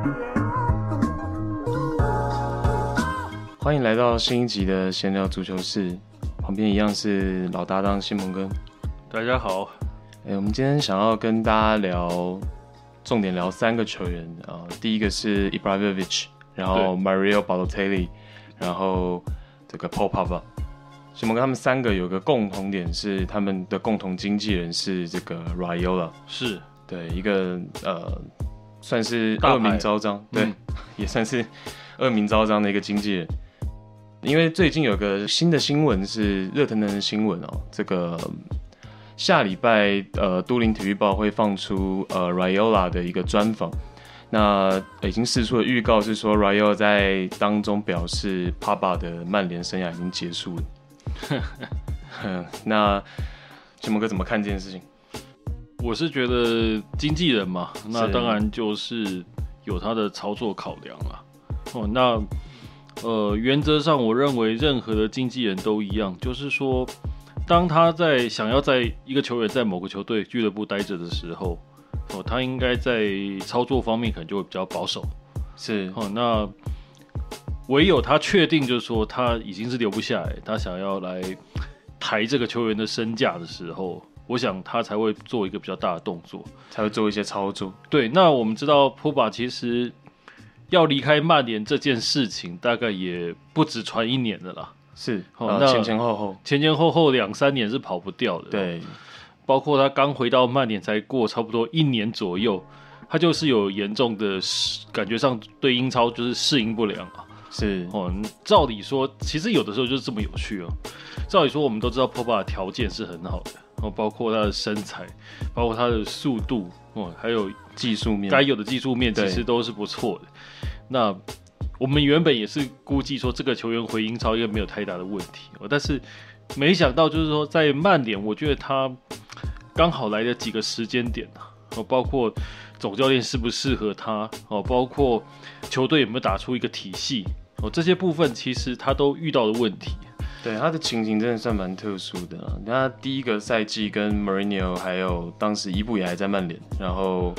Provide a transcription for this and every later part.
欢迎来到新一集的闲聊足球室，旁边一样是老搭档西蒙哥。 大家好， 我们今天想要跟大家重点聊3个球员第一个是 Ibrahimovic， 然后 Mario Balotelli， 然后这个 Paul Pogba。西蒙哥他们3个有个共同点是，他们的共同经纪人是这个 Raiola， 是对一个算是恶名昭彰，对，也算是恶名昭彰的一个经纪人。因为最近有个新的新闻是热腾腾的新闻这个下礼拜都灵体育报会放出Raiola 的一个专访，那已经释出的预告是说 Raiola 在当中表示 Pogba 的曼联生涯已经结束了。那西蒙哥怎么看这件事情？ 我是觉得经纪人嘛，那当然就是有他的操作考量啦。那原则上我认为任何的经纪人都一样，就是说当他想要在一个球员在某个球队俱乐部待着的时候，他应该在操作方面可能就会比较保守。 是那唯有他确定就是说他已经是留不下来，他想要来抬这个球员的身价的时候，我想他才会做一个比较大的动作， 才会做一些操作。 对，那我们知道 Pogba 其实要离开曼联这件事情大概也不止传1年了啦。 是前后2-3年是跑不掉的。 对， 包括他刚回到曼联才过差不多1年左右，他就是有严重的感觉上对英超就是适应不良啊。 是照理说，其实有的时候就是这么有趣哦。照理说，我们都知道 Pogba 的条件是很好的，包括他的身材，包括他的速度，还有技术面， 该有的技术面其实都是不错的。那我们原本也是估计说这个球员回英超应该没有太大的问题，但是没想到就是说在曼联，我觉得他刚好来了几个时间点包括总教练适不适合他，包括球队有没有打出一个体系，这些部分其实他都遇到的问题。 对，他的情形真的算蛮特殊的啦。他第一个赛季跟 Mourinho 还有当时伊布也还在曼联，然后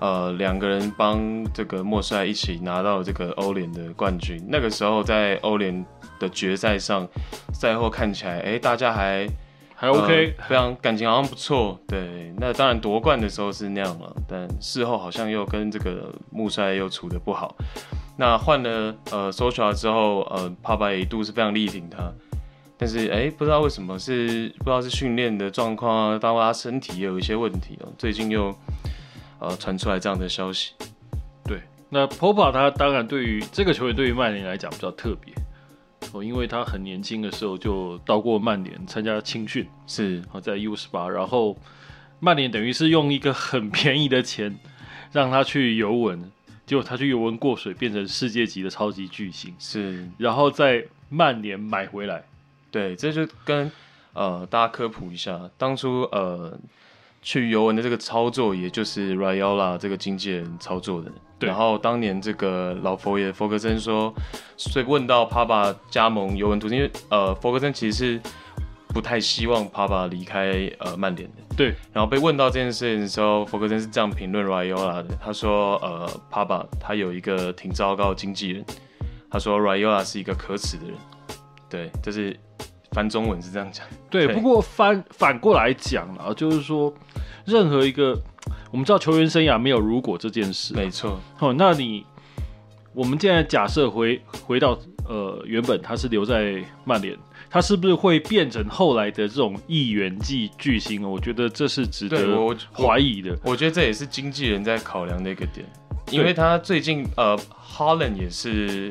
2个人帮这个莫帅一起拿到这个欧联的冠军。那个时候在欧联的决赛上，赛后看起来大家还 OK， 非常感情好像不错。对，那当然夺冠的时候是那样了，但事后好像又跟这个穆帅又处得不好。那换了Solskjaer 之后Pogba也一度是非常力挺他，但是不知道为什么不知道是训练的状况啊，包括他身体也有一些问题最近又传出来这样的消息。 对，那 Pogba 他当然对于这个球员对于曼联来讲比较特别因为他很年轻的时候就到过曼联参加青训， 是在 U18， 然后曼联等于是用一个很便宜的钱让他去游文，结果他去游文过水，变成世界级的超级巨星， 是， 然后在曼联买回来。 对，这就跟大家科普一下，当初去尤文的这个操作，也就是 Raiola 这个经纪人操作的。然后当年这个老佛爷弗格森说，所以问到 Pogba 加盟尤文图斯，因为弗格森其实是不太希望 Pogba 离开曼联的。 对。 然后被问到这件事情的时候，弗格森是这样评论 Raiola 的，他说Pogba 他有一个挺糟糕的经纪人，他说 Raiola 是一个可耻的人。对，这是翻中文是这样讲。 对，不过反过来讲啦，就是说任何一个我们知道球员生涯没有如果这件事， 没错。 那我们现在假设回到原本他是留在曼联，他是不是会变成后来的这种亿元级巨星？我觉得这是值得怀疑的。 我觉得这也是经纪人在考量的一个点，因为他最近Haaland 也是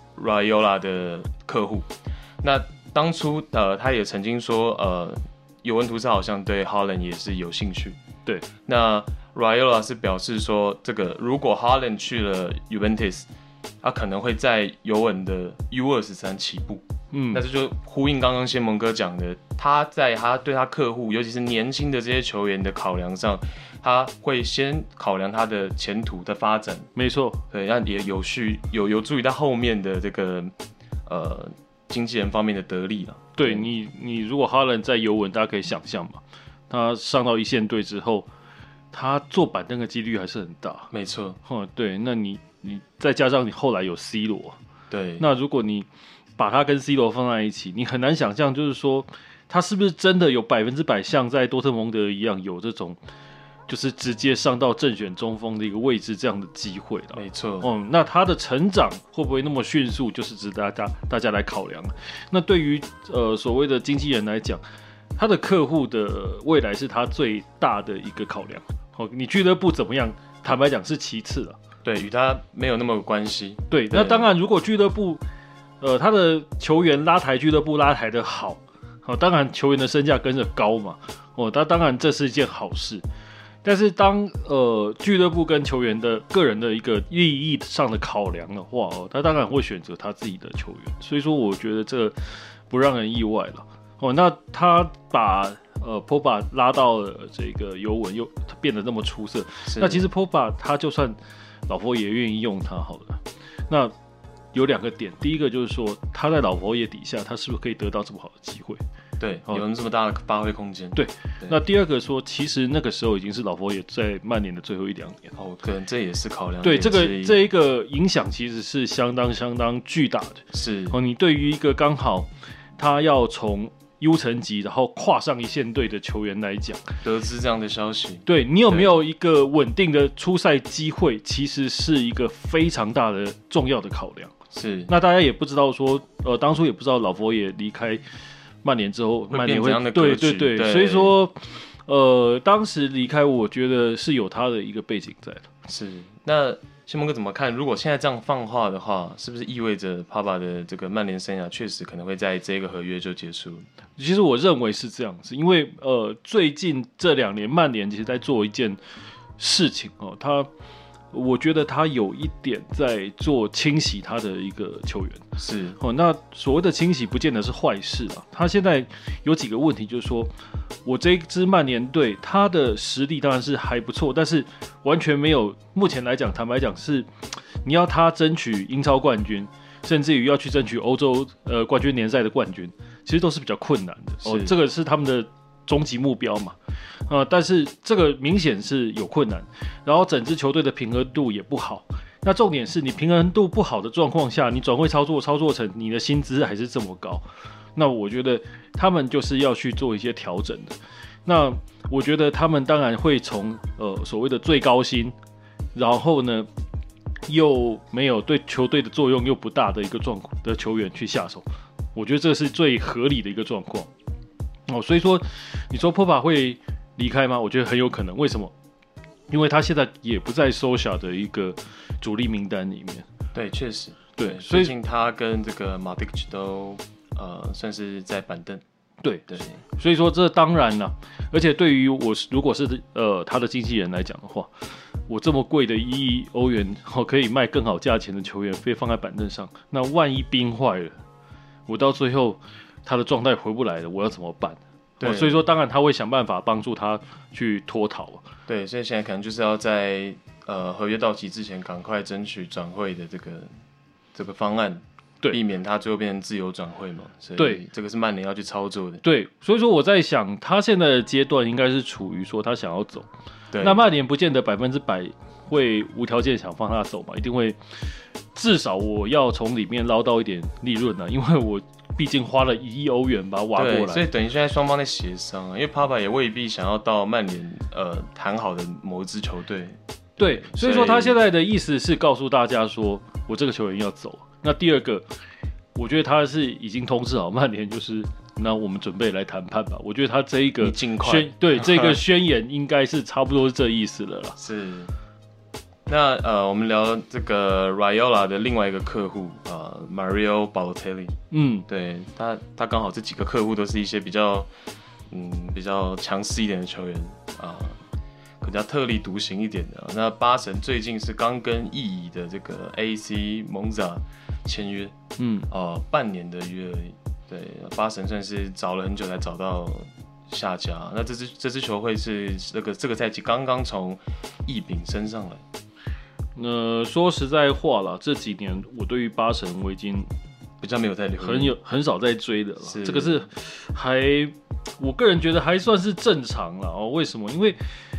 Raiola 的客户。那当初他也曾经说尤文图斯好像对 Haaland 也是有兴趣。 对， 那 Raiola 是表示说，这个如果 Haaland 去了 Juventus， 他可能会在尤文的 U23 起步。那这就呼应刚刚先蒙哥讲的，他在他对他客户，尤其是年轻的这些球员的考量上，他会先考量他的前途的发展。 没错， 对，那也有助于他后面的这个经纪人方面的得利了。 对，你如果哈兰在尤文，大家可以想象嘛，他上到一线队之后， 他坐板凳的几率还是很大。 没错， 对，那你再加上你后来有 C 罗， 对， 那如果你把他跟 C 罗放在一起，你很难想象，就是说他是不是真的有100%像在多特蒙德一样有这种，就是直接上到正选中锋的一个位置这样的机会了。 没错， 那他的成长会不会那么迅速，就是值得大家来考量。那对于所谓的经纪人来讲，他的客户的未来是他最大的一个考量。你俱乐部怎么样？坦白讲是其次了。 对，与他没有那么有关系。 对，那当然，如果俱乐部他的球员拉抬俱乐部拉抬的好，当然球员的身价跟着高嘛。当然这是一件好事。但是当俱乐部跟球员的个人的一个利益上的考量的话，他当然会选择他自己的球员。所以说，我觉得这不让人意外了。那他把Pogba 拉到了这个尤文，又变得那么出色。那其实 Pogba 他就算老佛爷愿意用他好了，那有2个点，第一个就是说他在老佛爷底下，他是不是可以得到这么好的机会？ 对，有这么大的发挥空间。 对，那第二个说，其实那个时候已经是老佛爷在曼联的最后1-2年。 可能这也是考量。 对，这一个影响其实是相当巨大的。 是你对于一个刚好他要从U 层级然后跨上一线队的球员来讲， 得知这样的消息， 对你有没有一个稳定的出赛机会，其实是一个非常大的重要的考量。 是， 那大家也不知道说，当初也不知道老佛爷离开曼联之后，曼联会对，所以说，当时离开，我觉得是有他的一个背景在的。 是，那谢蒙哥怎么看？如果现在这样放话的话，是不是意味着帕巴的这个曼联生涯确实可能会在这个合约就结束？ 其实我认为是这样子，因为最近这2年曼联其实在做一件事情我觉得他有一点在做清洗他的一个球员。 是那所谓的清洗不见得是坏事啊。他现在有几个问题，就是说我这支曼联队他的实力当然是还不错，但是完全没有，目前来讲坦白讲是你要他争取英超冠军，甚至于要去争取欧洲冠军联赛的冠军，其实都是比较困难的。这个是他们的终极目标嘛。但是这个明显是有困难，然后整支球队的平衡度也不好。那重点是你平衡度不好的状况下，你转会操作成你的薪资还是这么高，那我觉得他们就是要去做一些调整的。那我觉得他们当然会从所谓的最高薪，然后呢又没有对球队的作用又不大的一个状况的球员去下手，我觉得这是最合理的一个状况。所以说你说 Pogba 会离开吗？我觉得很有可能。为什么？因为他现在也不在 Solskjaer 的一个主力名单里面。 对，确实。 对， 最近他跟这个 Matic 都算是在板凳。 对，所以说这当然了。而且对于我如果是他的经纪人来讲的话，我这么贵的1亿欧元可以卖更好价钱的球员，被放在板凳上，那万一兵坏了，我到最后他的状态回不来了，我要怎么办？对，所以说当然他会想办法帮助他去脱逃。 对，所以现在可能就是要在合约到期之前赶快争取转会的这个方案，对，避免他最后变成自由转会嘛。所以对，这个是曼联要去操作的。 对，所以说我在想，他现在的阶段应该是处于说他想要走，对，那曼联不见得100%会无条件想放他走嘛，一定会至少我要从里面捞到一点利润啊，因为我毕竟花了1亿欧元把它挖过来， 所以等于现在双方在协商啊，因为帕巴也未必想要到曼联谈好的某一支球队。 对，所以说他现在的意思是告诉大家说，我这个球员要走。那第二个，我觉得他是已经通知好曼联，就是那我们准备来谈判吧。我觉得他这一个这个宣言应该是差不多是这意思了啦。 是。那我们聊这个 Raiola 的另外一个客户Mario Balotelli， 对他刚好这几个客户都是一些比较强势一点的球员比较特立独行一点的。那巴神最近是刚跟意乙的这个 AC 蒙扎签约，半年的约而已。对，巴神算是找了很久才找到下家。那这支球会是这个赛季刚刚从意丙升上来。 说实在话啦，这几年我对于巴神我已经比较没有在留意， 很少在追的了。这个是我个人觉得还算是正常啦。为什么？因为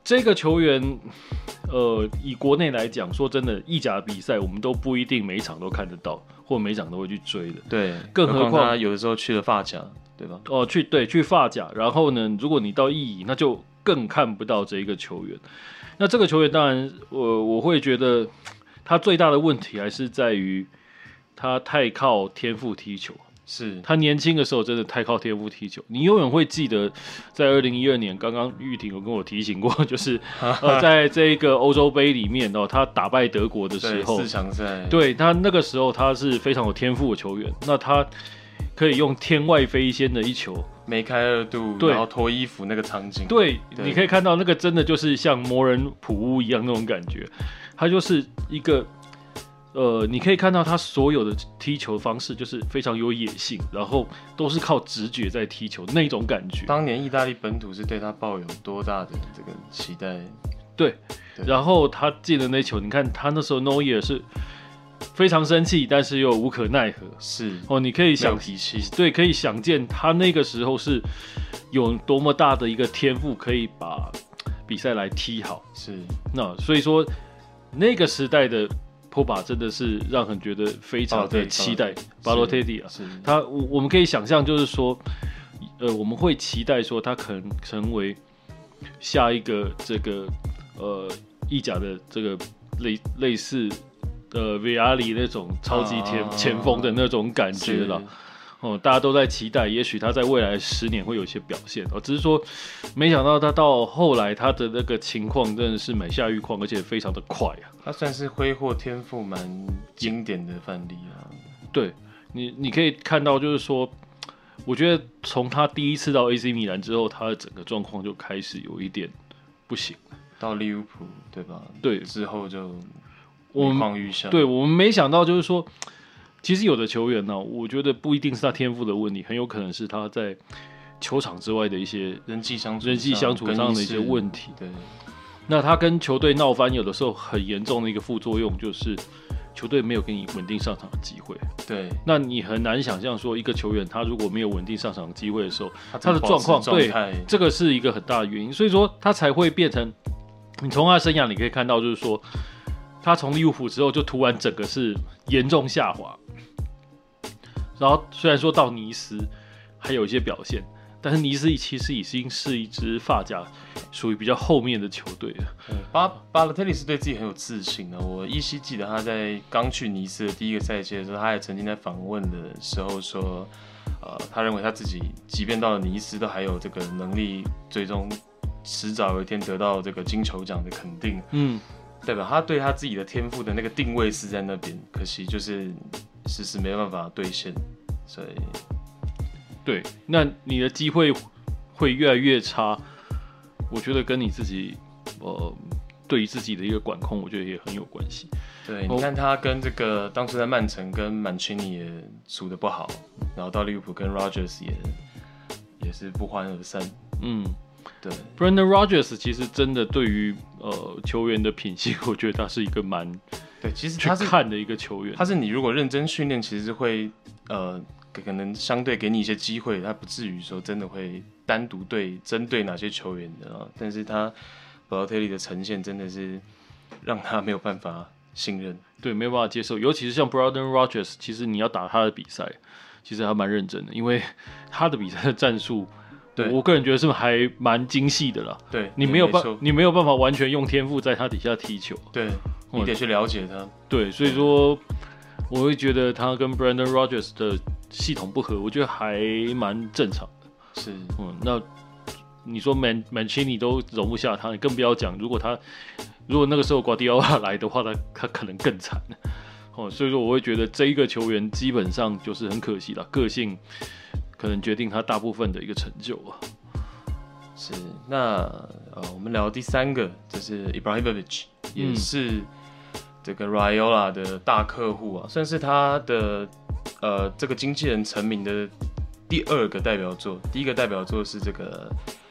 这个球员，以国内来讲，说真的，意甲比赛我们都不一定每一场都看得到，或每一场都会去追的。 对， 更何况他有的时候去了法甲，对吧？ 去法甲，然后呢，如果你到意乙，那就更看不到这一个球员。那这个球员当然，我会觉得他最大的问题还是在于他太靠天赋踢球。 是他年轻的时候真的太靠天赋踢球，你永远会记得，在2012年，刚刚玉婷有跟我提醒过，就是在这个欧洲杯里面他打败德国的时候， 四强赛， 对他那个时候他是非常有天赋的球员，那他可以用天外飞仙的一球， 梅开二度，然后脱衣服那个场景， 对，你可以看到那个真的就是像魔人普乌一样那种感觉，他就是一个。你可以看到他所有的踢球方式就是非常有野性，然后都是靠直觉在踢球那种感觉。 当年意大利本土是对他抱有多大的这个期待？ 对，然后他进了那球，你看他那时候 Neuer 是非常生气，但是又无可奈何。 是你可以想脾气， 对，可以想见他那个时候是有多么大的一个天赋，可以把比赛来踢好。 是， 那所以说那个时代的。波巴真的是让人觉得非常的期待，巴洛特利啊，我们可以想象，就是说，我们会期待说他可能成为下一个这个意甲的这个类似维阿里那种超级前锋的那种感觉了。大家都在期待，也许他在未来10年会有一些表现只是说，没想到他到后来他的那个情况真的是买下愈况，而且非常的快啊。 他算是挥霍天赋蛮经典的范例啊。 对，你可以看到，就是说，我觉得从他第一次到 AC 米兰之后，他的整个状况就开始有一点不行。 到利物浦对吧？ 对， 之后就每况愈下。 对，我们没想到，就是说。其实有的球员呢，我觉得不一定是他天赋的问题，很有可能是他在球场之外的一些人际相处上的一些问题。 对， 那他跟球队闹翻，有的时候很严重的一个副作用就是球队没有给你稳定上场的机会。 对， 那你很难想象说一个球员他如果没有稳定上场的机会的时候，他的状况，对，这个是一个很大的原因，所以说他才会变成你从他的生涯你可以看到，就是说他从利物浦之后就突然整个是严重下滑。然后虽然说到尼斯还有一些表现，但是尼斯其实已经是一支法甲属于比较后面的球队了。 巴洛特利是对自己很有自信的。我依稀记得他在刚去尼斯的第一个赛季的时候，他也曾经在访问的时候说，他认为他自己即便到了尼斯，都还有这个能力，最终迟早有一天得到这个金球奖的肯定。代表他对他自己的天赋的那个定位是在那边，可惜就是迟迟没办法兑现，所以对，那你的机会会越来越差，我觉得跟你自己对于自己的一个管控，我觉得也很有关系。 对，你看他跟这个当初在曼城跟曼奇尼也处得不好，然后到利物浦跟 Rodgers 也是不欢而散。对 ，Brendan Rodgers 其实真的对于球员的品性，我觉得他是一个蛮对，其实他是去看的一个球员。 他是你如果认真训练，其实会可能相对给你一些机会，他不至于说真的会单独针对哪些球员的但是他巴洛特利的呈现真的是让他没有办法信任， 对，没有办法接受。尤其是像 Brendan Rodgers， 其实你要打他的比赛，其实还蛮认真的，因为他的比赛的战术。我个人觉得是还蛮精细的啦。 对， 你没有办法完全用天赋在他底下踢球。 对，你得去了解他。 对，所以说我会觉得他跟 Brendan Rodgers 的系统不合，我觉得还蛮正常的。 是， 那你说 Mancini 都容不下他，你更不要讲，如果那个时候 Guardiola 来的话，他可能更惨。所以说我会觉得这一个球员基本上就是很可惜啦，个性。可能决定他大部分的一个成就是，那我们聊第3个，这是 Ibrahimovic， 也是这个 Raiola 的大客户算是他的这个经纪人成名的第2个代表作。第一个代表作是这个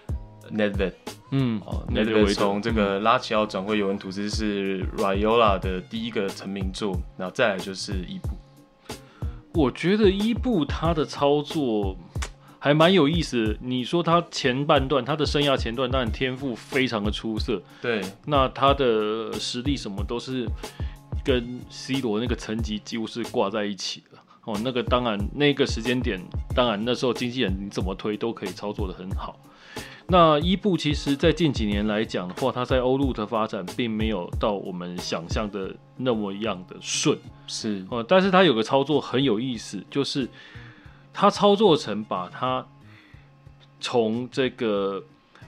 Nedved，Nedved 从这个拉齐奥转会尤文图斯是 Raiola 的第一个成名作，然后再来就是伊布。 我觉得伊布他的操作还蛮有意思的。你说他前半段，他的生涯前段当然天赋非常的出色， 对， 那他的实力什么都是跟 C 罗那个层级几乎是挂在一起的。哦，那个当然那个时间点，当然那时候经纪人你怎么推都可以操作的很好。那伊布其实在近几年来讲的话，他在欧陆的发展并没有到我们想象的那么样的顺， 是但是他有个操作很有意思，就是他操作成把他从这个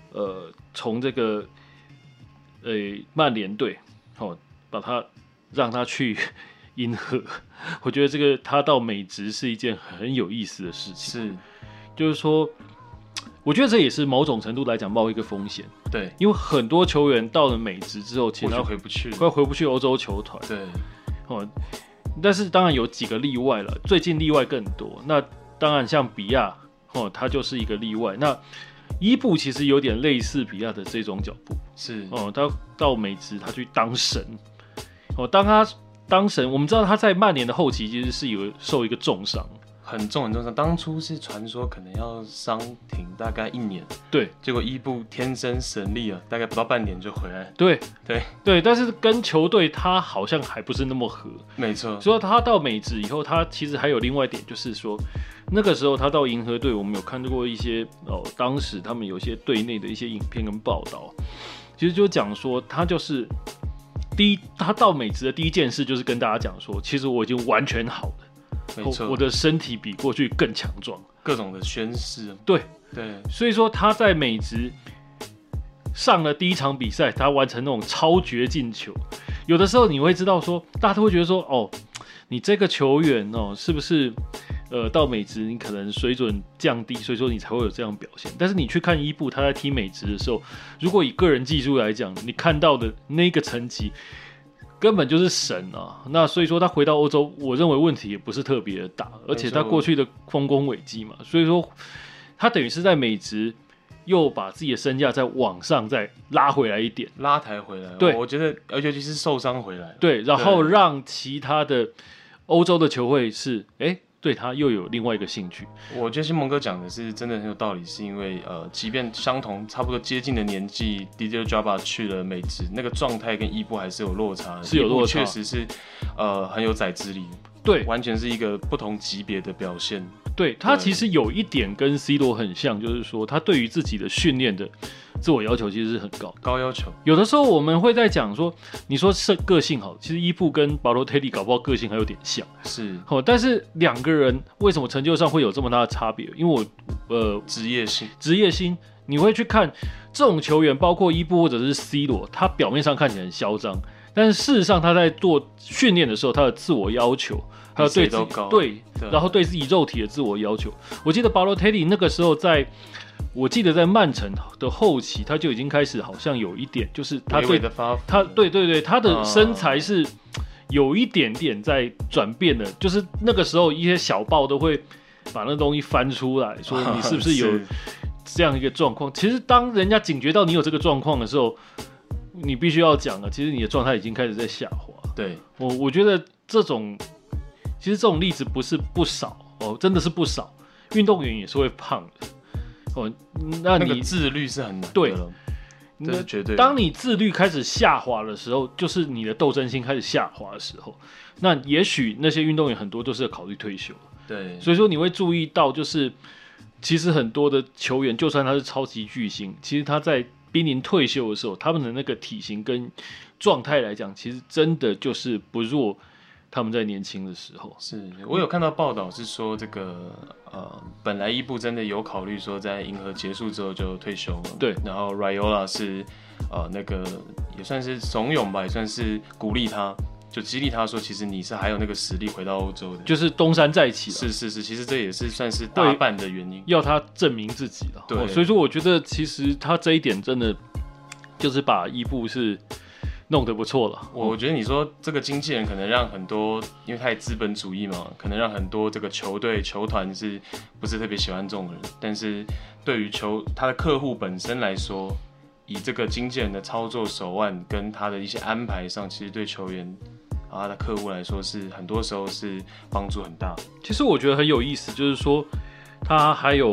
曼联队，把他让他去银河，我觉得这个他到美职是一件很有意思的事情， 是， 就是说。我觉得这也是某种程度来讲冒一个风险， 对， 因为很多球员到了美职之后，其实他回不去， 快回不去欧洲球团， 对， 但是当然有几个例外了，最近例外更多。那当然像比亚，他就是一个例外。那伊布其实有点类似比亚的这种脚步， 是， 他到美职他去当神，当他当神，我们知道他在曼联的后期其实是受一个重伤。 很重伤，当初是传说可能要伤停大概1年， 对， 结果伊布天生神力啊，大概不到半年就回来， 对，但是跟球队他好像还不是那么合， 没错。 所以他到美职以后，他其实还有另外一点，就是说那个时候他到银河队，我们有看过一些当时他们有些队内的一些影片跟报道，其实就讲说他就是他到美职的第一件事就是跟大家讲说，其实我已经完全好了。 没错， 我的身体比过去更强壮， 各种的宣示， 对， 所以说他在美职上了第一场比赛，他完成那种超绝进球。有的时候你会知道说，大家都会觉得说，你这个球员是不是到美职你可能水准降低，所以说你才会有这样表现。但是你去看伊布他在踢美职的时候，如果以个人技术来讲，你看到的那个成绩。根本就是神啊！那所以说他回到欧洲，我认为问题也不是特别的大，而且他过去的丰功伟绩嘛，所以说他等于是在美职又把自己的身价再往上再拉回来一点， 拉抬回来。 对， 我觉得尤其是受伤回来， 对，然后让其他的欧洲的球会是对他又有另外一个兴趣。 我觉得新蒙哥讲的是真的很有道理，是因为即便相同差不多接近的年纪 ，Didier Drogba 去了美职，那个状态跟伊布还是有落差的， 是有落差， 确实是很有宰制力， 对， 完全是一个不同级别的表现。 对，他其实有一点跟 C 罗很像，就是说他对于自己的训练的自我要求其实是很高要求。 有的时候我们会在讲说，你说是个性好，其实伊布跟保罗·泰利搞不好个性还有点像， 是但是两个人为什么成就上会有这么大的差别？因为职业心，你会去看这种球员，包括伊布或者是 C 罗，他表面上看起来很嚣张，但是事实上他在做训练的时候，他的自我要求。还有对自己然后对自己肉体的自我要求。我记得保罗·泰利那个时候我记得在曼城的后期，他就已经开始好像有一点，就是他对他的身材是有一点点在转变的，就是那个时候一些小报都会把那东西翻出来，说你是不是有这样一个状况？其实当人家警觉到你有这个状况的时候，你必须要讲了，其实你的状态已经开始在下滑。 对， 我觉得其实这种例子不是不少真的是不少。运动员也是会胖的那个自律是很难的， 对， 这是绝对的。 当你自律开始下滑的时候，就是你的斗争心开始下滑的时候，那也许那些运动员很多都是要考虑退休。 对， 所以说你会注意到，就是其实很多的球员，就算他是超级巨星，其实他在濒临退休的时候，他们的那个体型跟状态来讲，其实真的就是不弱他们在年轻的时候。 是我有看到报道是说，这个本来伊布真的有考虑说在银河结束之后就退休了， 对。 然后 Raiola 是那个也算是怂恿吧，也算是鼓励他，就激励他说，其实你是还有那个实力回到欧洲的， 就是东山再起。 是，其实这也是算是大半的原因， 要他证明自己了。 对， 所以说我觉得其实他这一点真的就是把伊布是弄得不错了。 我觉得你说这个经纪人可能让很多，因为他也资本主义嘛，可能让很多这个球队球团是不是特别喜欢这种人？但是对于他的客户本身来说，以这个经纪人的操作手腕跟他的一些安排上，其实对球员他的客户来说是很多时候是帮助很大。 其实我觉得很有意思，就是说他还有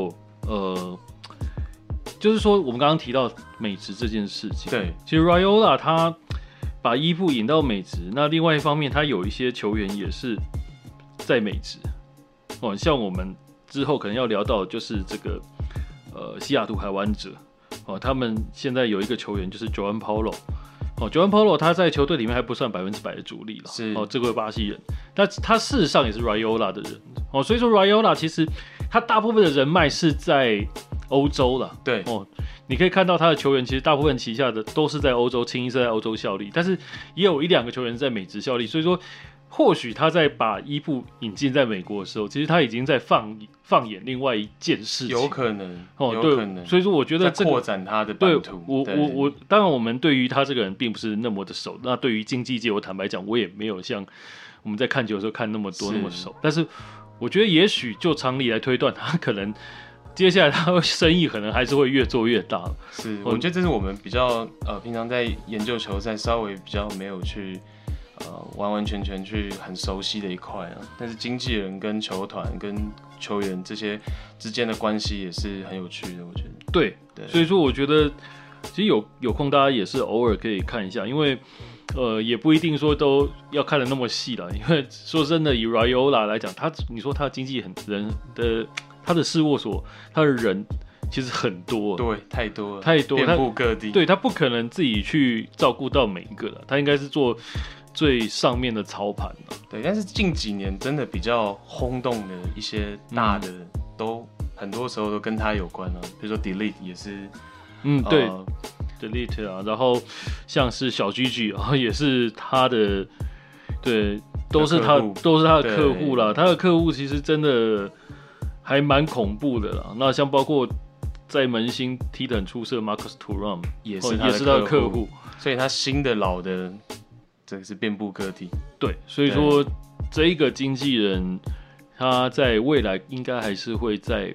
就是说我们刚刚提到美职这件事情， 对， 其实 Raiola 他把伊布引到美职，那另外一方面他有一些球员也是在美职，像我们之后可能要聊到的就是这个西雅图海湾者，他们现在有一个球员就是 João Paulo。João Paulo 他在球队里面还不算100%的主力了， 是这个巴西人，但他事实上也是 Raiola 的人，所以说 Raiola 其实他大部分的人脉是在欧洲啦， 对， 你可以看到他的球员其实大部分旗下的都是在欧洲，清一色在欧洲效力，但是也有1-2个球员在美职效力，所以说或许他在把伊布引进在美国的时候，其实他已经在放眼另外一件事情， 有可能，有可能， 所以说我觉得在扩展他的版图。 我当然我们对于他这个人并不是那么的熟，那对于竞技界我坦白讲，我也没有像我们在看球的时候看那么多那么熟，但是我觉得也许就常理来推断，他可能接下来他生意可能还是会越做越大。 是，我觉得这是我们比较平常在研究球赛稍微比较没有去完完全全去很熟悉的一块啊。但是经纪人跟球团跟球员这些之间的关系也是很有趣的，我觉得。 对，所以说我觉得其实有空大家也是偶尔可以看一下，因为也不一定说都要看得那么细啦。因为说真的，以 Raiola 来讲，你说他的经纪人的。他的事务所，他的人其实很多， 对，太多了，遍布各地。 对，他不可能自己去照顾到每一个了，他应该是做最上面的操盘了。 对，但是近几年真的比较轰动的一些大的，都很多时候都跟他有关啊。比如说 Delete 也是， 对，Delete 啊，然后像是小 GG 啊，也是他的，对，都是他的客户啦。他的客户其实真的还蛮恐怖的啦。那像包括在门兴踢得很出色 Marcus Thuram 也是他的客户，所以他新的老的这个是遍布各地。 对，所以说这一个经纪人他在未来应该还是会在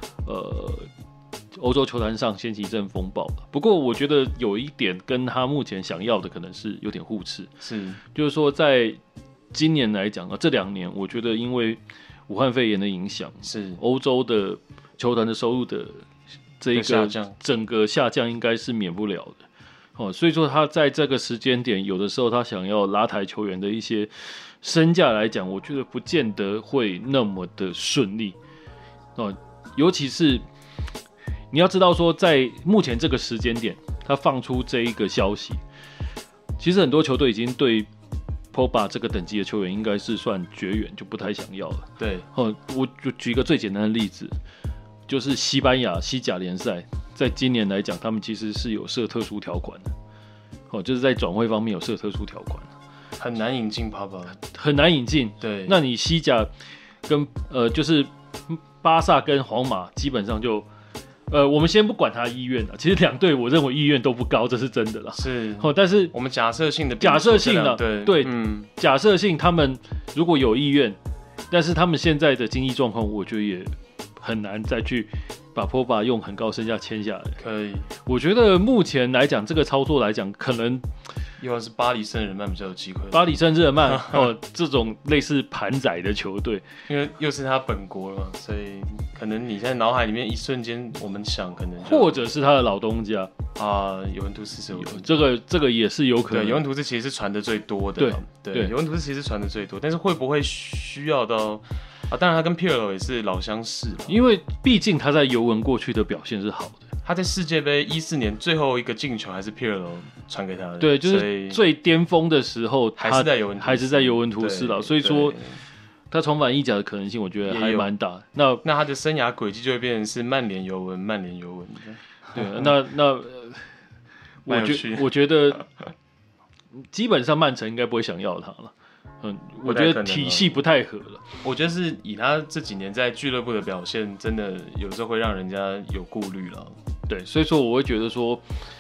欧洲球坛上掀起一阵风暴。不过我觉得有一点跟他目前想要的可能是有点互斥，就是说在今年来讲这2年我觉得因为武汉肺炎的影响， 是欧洲的球团的收入的这一个整个下降应该是免不了的。所以说他在这个时间点，有的时候他想要拉抬球员的一些身价来讲，我觉得不见得会那么的顺利。尤其是你要知道说，在目前这个时间点，他放出这一个消息，其实很多球队已经对Pogba 这个等级的球员应该是算绝缘，就不太想要了。 对， 我就举一个最简单的例子，就是西班牙西甲联赛，在今年来讲，他们其实是有设特殊条款的，就是在转会方面有设特殊条款， 很难引进 Pogba， 很难引进。 对， 那你西甲跟就是巴萨跟皇马基本上就。我们先不管他意愿了，其实2队我认为意愿都不高，这是真的啦。 是， 但是我们假设性的对，假设性他们如果有意愿，但是他们现在的经济状况，我觉得也很难再去把 Pogba 用很高身价签下来。 可以， 我觉得目前来讲，这个操作来讲，可能又是巴黎圣日耳曼比较有机会。 巴黎圣日耳曼这种类似盘仔的球队， 因为又是他本国了嘛，所以可能你在脑海里面一瞬间，我们想可能或者是他的老东家尤文图斯是有这个也是有可能。 对，尤文图斯其实是传的最多的。对，尤文图斯其实传的最多，但是会不会需要到当然他跟皮尔洛也是老相识了， 因为毕竟他在尤文过去的表现是好的。 他在世界杯14年最后一个进球还是皮尔洛传给他的， 对，就是最巅峰的时候， 还是在尤文图斯了。所以说，他重返意甲的可能性，我觉得还蛮大。那他的生涯轨迹就会变成是曼联尤文。 对，那我觉得基本上曼城应该不会想要他了。我觉得体系不太合了。 我觉得是以他这几年在俱乐部的表现，真的有时候会让人家有顾虑了。 对，所以说我会觉得说，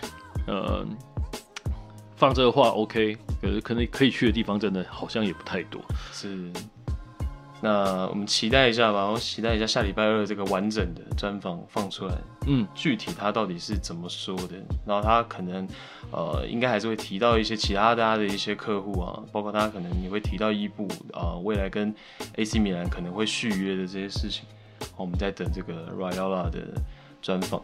放这个话 OK， 可能可以去的地方真的好像也不太多。 是，那我们期待一下吧，我期待一下下礼拜2这个完整的专访放出来。具体他到底是怎么说的？然后他可能应该还是会提到一些其他的一些客户啊，包括他可能也会提到伊布未来跟 AC 米兰可能会续约的这些事情。 我们在等这个 Raiola 的专访。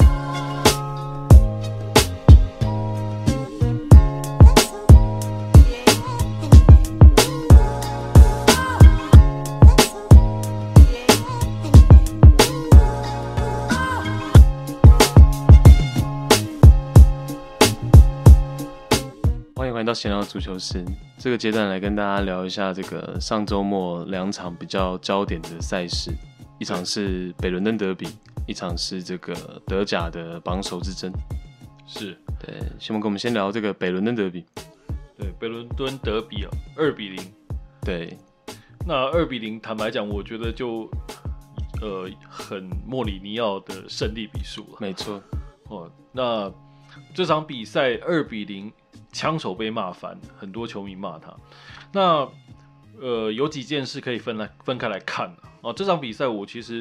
欢迎回到闲聊足球室，这个阶段来跟大家聊一下这个上周末2场比较焦点的赛事，一场是北伦敦德比，一场是这个德甲的榜首之争。 是， 对，先跟我们先聊这个北伦敦德比。 对，北伦敦德比2-0。 对， 那2-0，坦白讲，我觉得就很莫里尼奥的胜利比数了。 没错。 那这场比赛2-0。枪手被骂翻，很多球迷骂他。那有几件事可以分开来看这场比赛我其实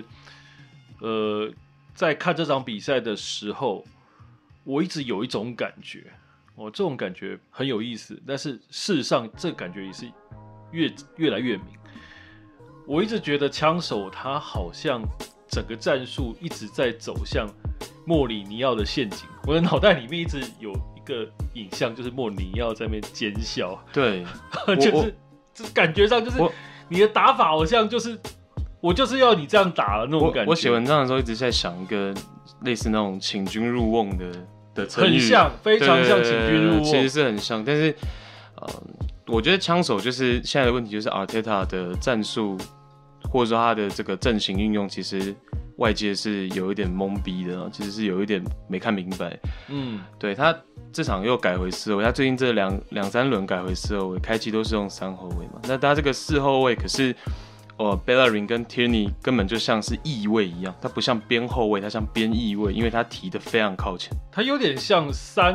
在看这场比赛的时候，我一直有一种感觉这种感觉很有意思，但是事实上这感觉也是越来越明。我一直觉得枪手他好像整个战术一直在走向莫里尼奥的陷阱，我的脑袋里面一直有一个影像，就是莫里尼奥在那边奸笑， 对， 就是感觉上就是你的打法好像就是我就是要你这样打的那种感觉。 我写文章的时候一直在想一个类似那种请君入瓮的成语， 很像，非常像请君入瓮， 其实是很像，但是我觉得枪手就是现在的问题，就是 Arteta 的战术或者说他的这个阵型运用，其实外界是有一点懵逼的，其实是有一点没看明白。对，他这场又改回4后卫，他最近这两三轮改回4后卫，开季都是用3后卫嘛。那他这个4后卫，可是Bellerin 跟 Tierney 根本就像是翼位一样，他不像边后卫，他像边翼位，因为他提得非常靠前。 他有点像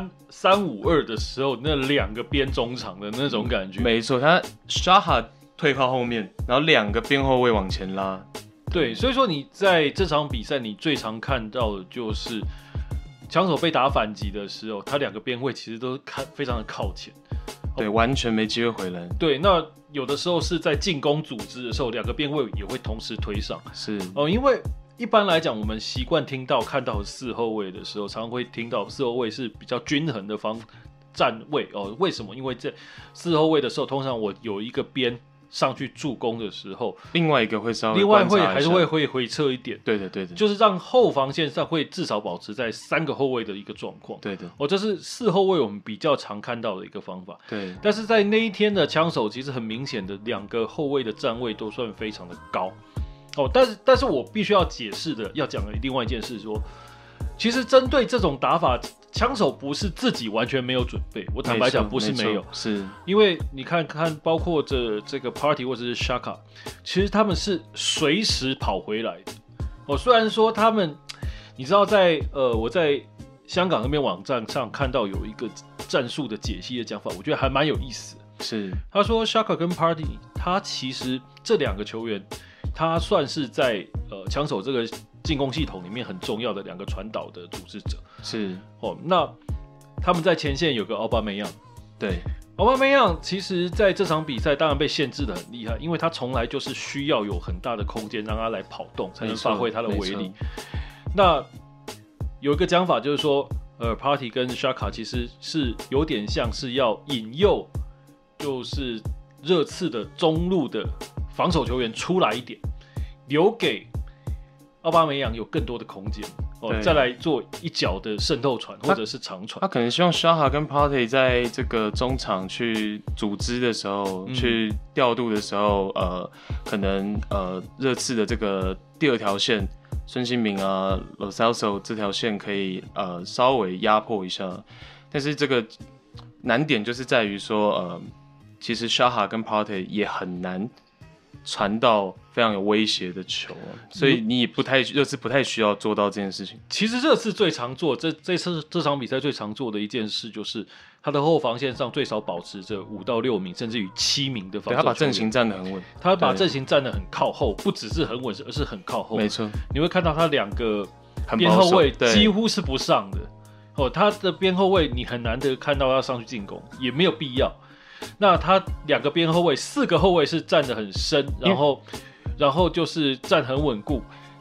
3-5-2的时候那2个边中场的那种感觉。 没错，他 Zaha 退靠后面，然后2个边后卫往前拉。 对，所以说你在这场比赛，你最常看到的就是枪手被打反击的时候，他2个边卫其实都非常的靠前， 对，完全没机会回来。 对，那有的时候是在进攻组织的时候，2个边卫也会同时推上。 是因为一般来讲，我们习惯看到4后卫的时候，常常会听到4后卫是比较均衡的站位为什么？因为这4后卫的时候，通常我有一个边上去助攻的时候， 另外一个会稍微另外还是会回撤一点， 对的， 就是让后防线上会至少保持在3个后卫的一个状况。 对的， 这是4后卫我们比较常看到的一个方法。 对， 但是在那一天的枪手，其实很明显的2个后卫的站位都算非常的高但是我必须要解释的，要讲的另外一件事说，其实针对这种打法，枪手不是自己完全没有准备，我坦白讲不是没有， 是因为你看包括这个 Party 或者是 Xhaka， 其实他们是随时跑回来的。虽然说他们，你知道我在香港那边网站上看到有一个战术的解析的讲法，我觉得还蛮有意思的。 是他说 Xhaka 跟 Party， 他其实这2个球员，他算是在枪手这个进攻系统里面很重要的2个传导的组织者。 是那他们在前线有个奥巴梅扬， 对， 奥巴梅扬其实在这场比赛当然被限制的很厉害，因为他从来就是需要有很大的空间让他来跑动，才能发挥他的威力。那有一个讲法就是说Party 跟 Xhaka 其实是有点像是要引诱，就是热刺的中路的防守球员出来一点，留给奥巴梅扬有更多的空间再来做一脚的渗透传或者是长传。 他可能希望 Zaha 跟 Partey 在这个中场去组织的时候，去调度的时候，可能热刺的这个第2条线，孙兴民啊 Lo Celso 这条线可以稍微压迫一下，但是这个难点就是在于说其实 Zaha 跟 Partey 也很难传到非常有威胁的球，所以你也热刺不太需要做到这件事情。 其实热刺最常做这场比赛最常做的一件事，就是他的后防线上最少保持着5到6名，甚至于7名的防守球员。 他把阵型站得很稳， 他把阵型站得很靠后，不只是很稳，而是很靠后。 没错， 你会看到他2个边后卫几乎是不上的他的边后卫你很难得看到他上去进攻，也没有必要。那他2个边后卫，4个后卫是站得很深，然后就是站很稳固。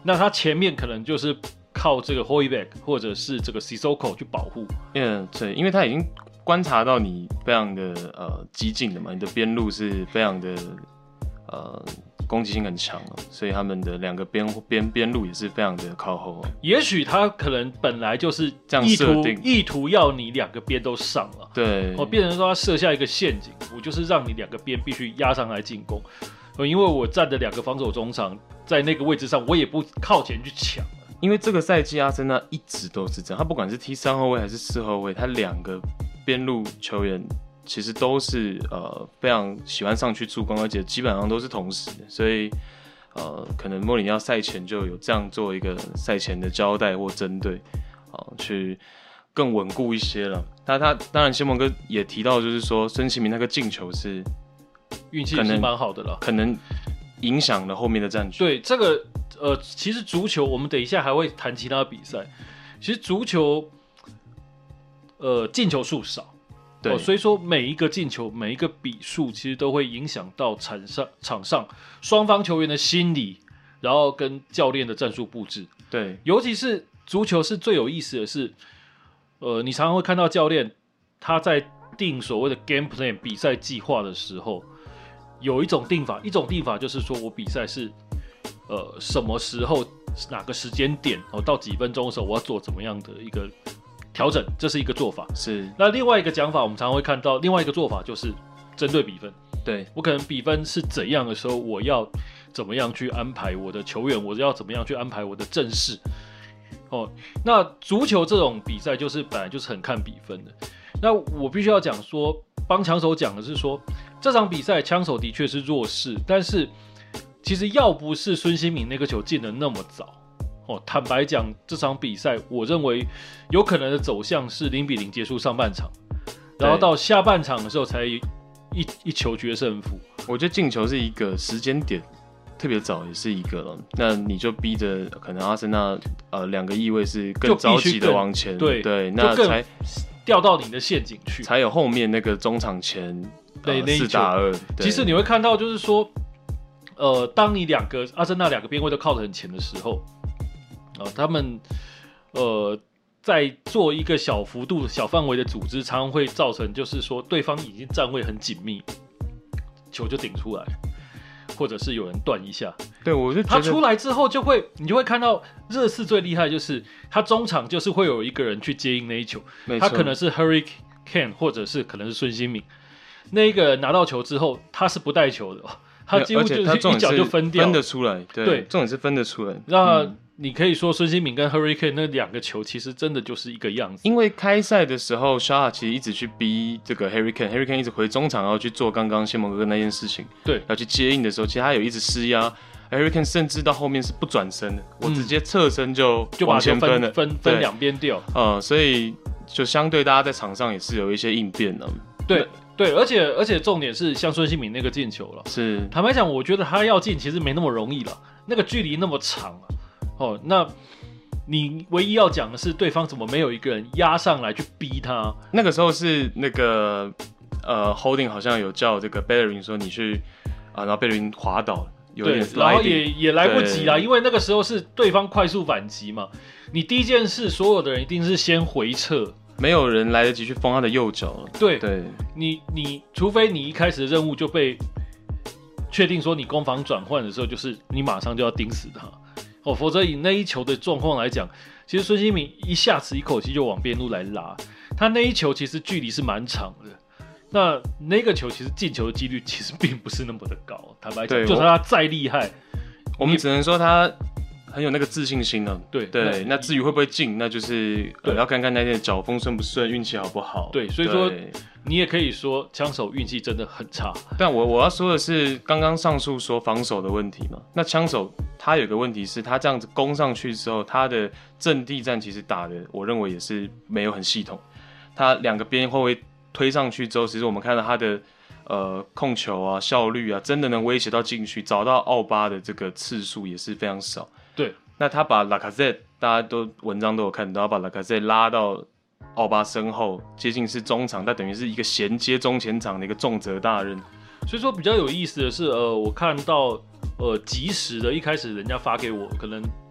那他前面可能就是靠这个 Højbjerg 或者是这个 Sissoko 去保护。 对，因为他已经观察到你非常的激进的嘛，你的边路是非常的攻击性很强哦，所以他们的两个边路也是非常的靠后哦。 也许他可能本来就是这样设定， 意图要你两个边都上了， 对， 变成说他设下一个陷阱，我就是让你两个边必须压上来进攻，因为我站的两个防守中场在那个位置上，我也不靠前去抢。 因为这个赛季阿森纳一直都是这样，他不管是踢3后卫还是4后卫，他两个边路球员其实都是非常喜欢上去助攻，而且基本上都是同时的，所以可能莫里尼奥赛前就有这样做一个赛前的交代或针对，去更稳固一些了。他当然，先蒙哥也提到，就是说孙兴民那个进球是运气是蛮好的了， 可能影响了后面的战局。 对这个其实足球我们等一下还会谈其他的比赛，其实足球进球数少。 对， 所以说每一个进球、每一个比数，其实都会影响到场上双方球员的心理，然后跟教练的战术布置。 对， 尤其是足球是最有意思的是，你常常会看到教练他在定所谓的 game plan 比赛计划的时候，有一种定法就是说我比赛是什么时候哪个时间点到几分钟的时候，我要做怎么样的一个调整，这是一个做法。 是。 那另外一个讲法，我们常常会看到，另外一个做法就是针对比分。 对， 我可能比分是怎样的时候，我要怎么样去安排我的球员，我要怎么样去安排我的阵势。那足球这种比赛就是本来就是很看比分的。那我必须要讲说，帮枪手讲的是说，这场比赛枪手的确是弱势，但是其实要不是孙兴民那个球进得那么早。坦白讲，这场比赛我认为有可能的走向是0-0结束上半场，然后到下半场的时候才一球决胜负。 我觉得进球是一个时间点特别早，也是一个了。那你就逼着可能阿森纳两个翼位是更着急的往前，对，那才掉到你的陷阱去， 才有后面那个中场前4打2。 其实你会看到，就是说，当你阿森纳两个边位都靠得很前的时候。他们在做一个小幅度、小范围的组织，常常会造成就是说对方已经站位很紧密，球就顶出来，或者是有人断一下。 对，我就觉得他出来之后你就会看到热刺最厉害就是他中场就是会有一个人去接应那一球，他可能是 Harry Kane 或者是可能是孙兴民，那一个人拿到球之后他是不带球的，他几乎就是一脚就分掉， 分得出来，对，重点是分得出来。 那你可以说孙兴民跟 Harry Kane 那两个球其实真的就是一个样子。 因为开赛的时候 Shaw 其实一直去逼这个 Harry Kane 一直回中场要去做刚刚谢蒙哥那件事情， 对， 要去接应的时候，其实他有一直施压。Harry Kane 甚至到后面是不转身的，我直接侧身就往前分了， 分两边掉。 所以就相对大家在场上也是有一些应变的。 对，而且重点是像孙兴民那个进球了， 是坦白讲，我觉得他要进其实没那么容易了，那个距离那么长啊。那你唯一要讲的是对方怎么没有一个人压上来去逼他？ 那个时候是那个Holding 好像有叫这个 Bellerin 说你去然后 Bellerin 滑倒，有点 sliding， 然后也来不及啦，因为那个时候是对方快速反击嘛。你第一件事，所有的人一定是先回撤， 没有人来得及去封他的右脚了。 对，你除非你一开始的任务就被确定说你攻防转换的时候，就是你马上就要盯死他。否则以那一球的状况来讲，其实孙兴民一下子一口气就往边路来拉，他那一球其实距离是蛮长的。那个球其实进球的几率其实并不是那么的高，坦白讲，就算他再厉害， 我们只能说他很有那个自信心了。 对， 那至于会不会进，那就是要看看那天的脚风顺不顺，运气好不好。 对，所以说你也可以说枪手运气真的很差。 但我要说的是，刚刚上述说防守的问题嘛，那枪手他有个问题是，他这样子攻上去之后，他的阵地战其实打的，我认为也是没有很系统。他两个边后卫推上去之后，其实我们看到他的控球啊、效率啊，真的能威胁到禁区，找到奥巴的这个次数也是非常少。 对， 那他把拉卡泽，大家都文章都有看到，把拉卡泽拉到奥巴身后，接近是中场，但等于是一个衔接中前场的一个重责大任。 所以说比较有意思的是，我看到及时的，一开始人家发给我，可能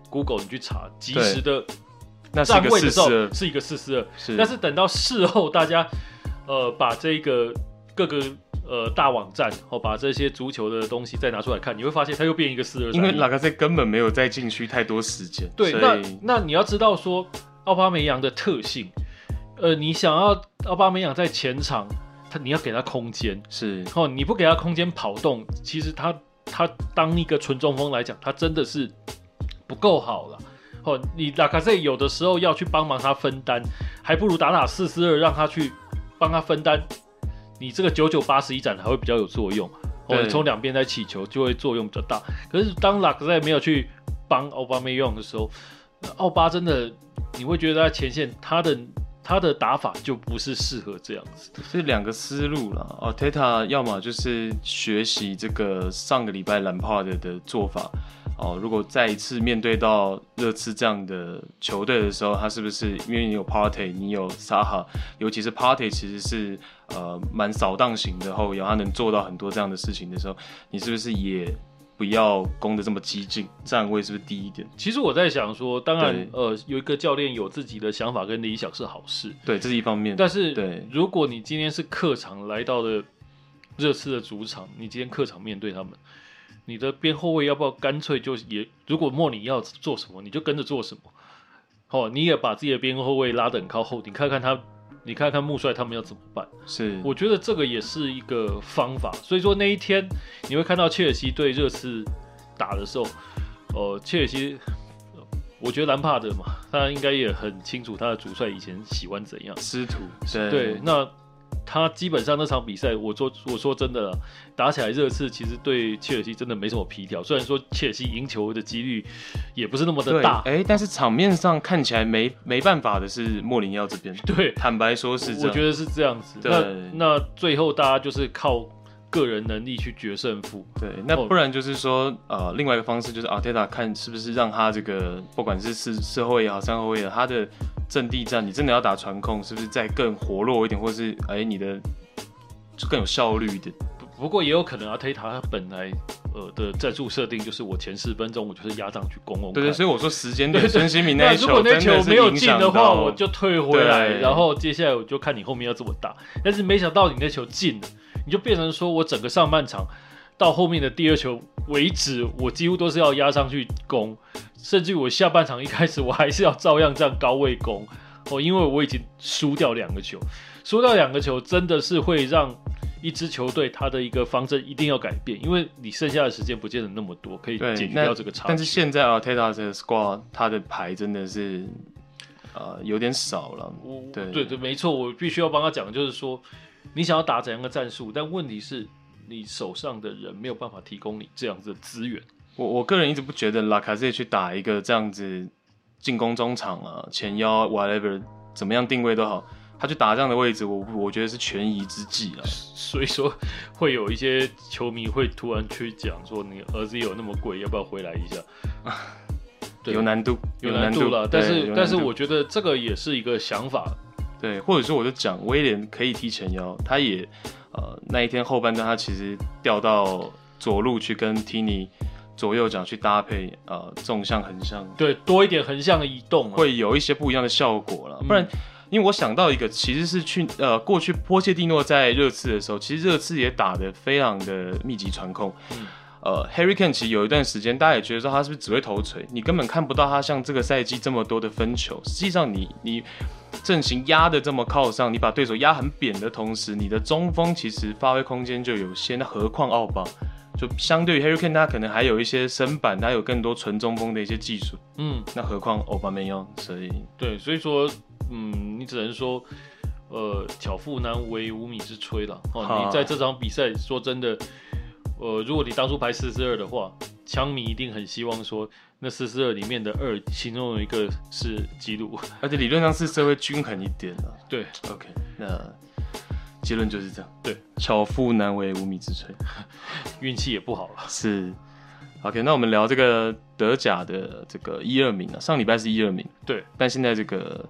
Google 你去查即时的那是站位的时候 442 是一个442，但是等到事后大家把这个各个大网站把这些足球的东西再拿出来看，你会发现它又变一个4-2-3-1， 因为拉卡塞根本没有在禁区太多时间。 对，那你要知道说奥巴梅扬的特性，你想要奥巴梅扬在前场，你要给他空间， 是你不给他空间跑动，其实他当一个纯中锋来讲，他真的是不够好了。你拉卡塞有的时候要去帮忙他分担，还不如打4-4-2，让他去帮他分担。你这个99-81斩还会比较有作用，你从两边在起球就会作用比较大。可是当拉卡塞没有去帮奥巴梅扬的时候，奥巴真的你会觉得在前线他的打法就不是适合这样子， 是两个思路啦。Arteta 要么就是学习这个上个礼拜兰帕德的做法。如果再一次面对到热刺这样的球队的时候，他是不是因为你有 Partey， 你有 Zaha， 尤其是 Partey 其实是蛮扫荡型的后腰，他能做到很多这样的事情的时候，你是不是也不要攻得这么激进，站位是不是低一点？ 其实我在想说，当然有一个教练有自己的想法跟理想是好事， 对，这是一方面。 但是如果你今天是客场来到了热刺的主场，你今天客场面对他们，你的边后卫要不要干脆就如果莫里要做什么，你就跟着做什么。你也把自己的边后卫拉得很靠后，你看看穆帅他们要怎么办。 是， 我觉得这个也是一个方法。所以说那一天你会看到切尔西对热刺打的时候，切尔西，我觉得兰帕德嘛，他应该也很清楚他的主帅以前喜欢怎样。 师徒， 对，那他基本上那场比赛，我说真的啦，打起来热刺其实对切尔西真的没什么皮条。虽然说切尔西赢球的几率也不是那么的大， 但是场面上看起来没办法的是莫里尼奥这边。 对， 坦白说是这样， 我觉得是这样子。那最后大家就是靠个人能力去决胜负。 对，那不然就是说，另外一个方式就是阿特塔看是不是让他这个不管是四后卫也好，三后卫也好，他的阵地战你真的要打传控，是不是再更活络一点，或是你的就更有效率一点？ 不过也有可能阿特塔他本来的战术设定就是我前10分钟我就是压上去攻。 对，所以我说时间点孙兴民那一球， 如果那球没有进的话，我就退回来，然后接下来我就看你后面要怎么打。但是没想到你那球进了，你就变成说我整个上半场到后面的第2球为止，我几乎都是要压上去攻，甚至我下半场一开始我还是要照样这样高位攻因为我已经输掉2个球，输掉2个球真的是会让一支球队他的一个方针一定要改变，因为你剩下的时间不见得那么多可以解决掉这个差距。 但是现在Arteta 这个 squad 他的牌真的是有点少了。 对，没错，我必须要帮他讲，就是说你想要打怎样的战术，但问题是你手上的人没有办法提供你这样子的资源。 我个人一直不觉得拉卡塞去打一个这样子进攻中场前腰 whatever 怎么样定位都好，他去打这样的位置，我觉得是权宜之计啦。 所以说会有一些球迷会突然去讲说，你儿子有那么贵，要不要回来一下？ 有难度啦。但是我觉得这个也是一个想法。 对，或者说我就讲威廉可以踢前腰，他也那一天后半段他其实调到左路去跟 Tini 左右脚去搭配纵向横向， 对，多一点横向的移动会有一些不一样的效果啦。不然因为我想到一个，其实是过去波切蒂诺在热刺的时候，其实热刺也打得非常的密集传控。Harry Kane 其实有一段时间，大家也觉得说他是不是只会头锤，你根本看不到他像这个赛季这么多的分球。实际上你阵型压得这么靠上，你把对手压很扁的同时，你的中锋其实发挥空间就有限。那何况奥巴，就相对于 Harry Kane， 他可能还有一些身板，他有更多纯中锋的一些技术。那何况奥巴没有，所以说，你只能说，巧妇难为无米之炊了。你在这场比赛，说真的。如果你当初排4-4-2的话，枪迷一定很希望说，那4-4-2里面的2，其中有一个是基鲁， 而且理论上4-4-2会均衡一点啦。 对 ，OK， 那结论就是这样。 对， 巧妇难为无米之炊， 运气也不好了。 是 ，OK， 那我们聊这个德甲的这个1、2名啊，上礼拜是1、2名， 对， 但现在这个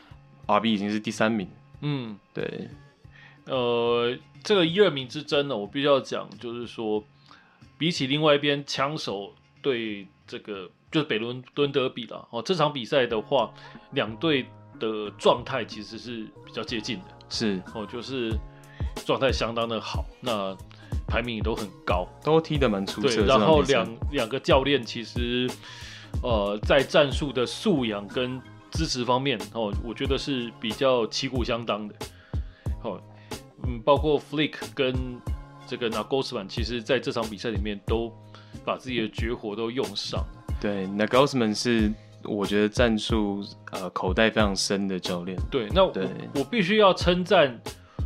RB 已经是第3名。对。 这个1、2名之争呢，我必须要讲，就是说，比起另外一边枪手对这个就是北伦敦德比啦。这场比赛的话，两队的状态其实是比较接近的， 是就是状态相当的好，那排名也都很高， 都踢得蛮出色的。 对，然后两个教练其实在战术的素养跟支持方面我觉得是比较旗鼓相当的。包括 Flick 跟这个 Nagelsmann 其实在这场比赛里面都把自己的绝活都用上。 对 Nagelsmann 是我觉得战术口袋非常深的教练。 对，那我必须要称赞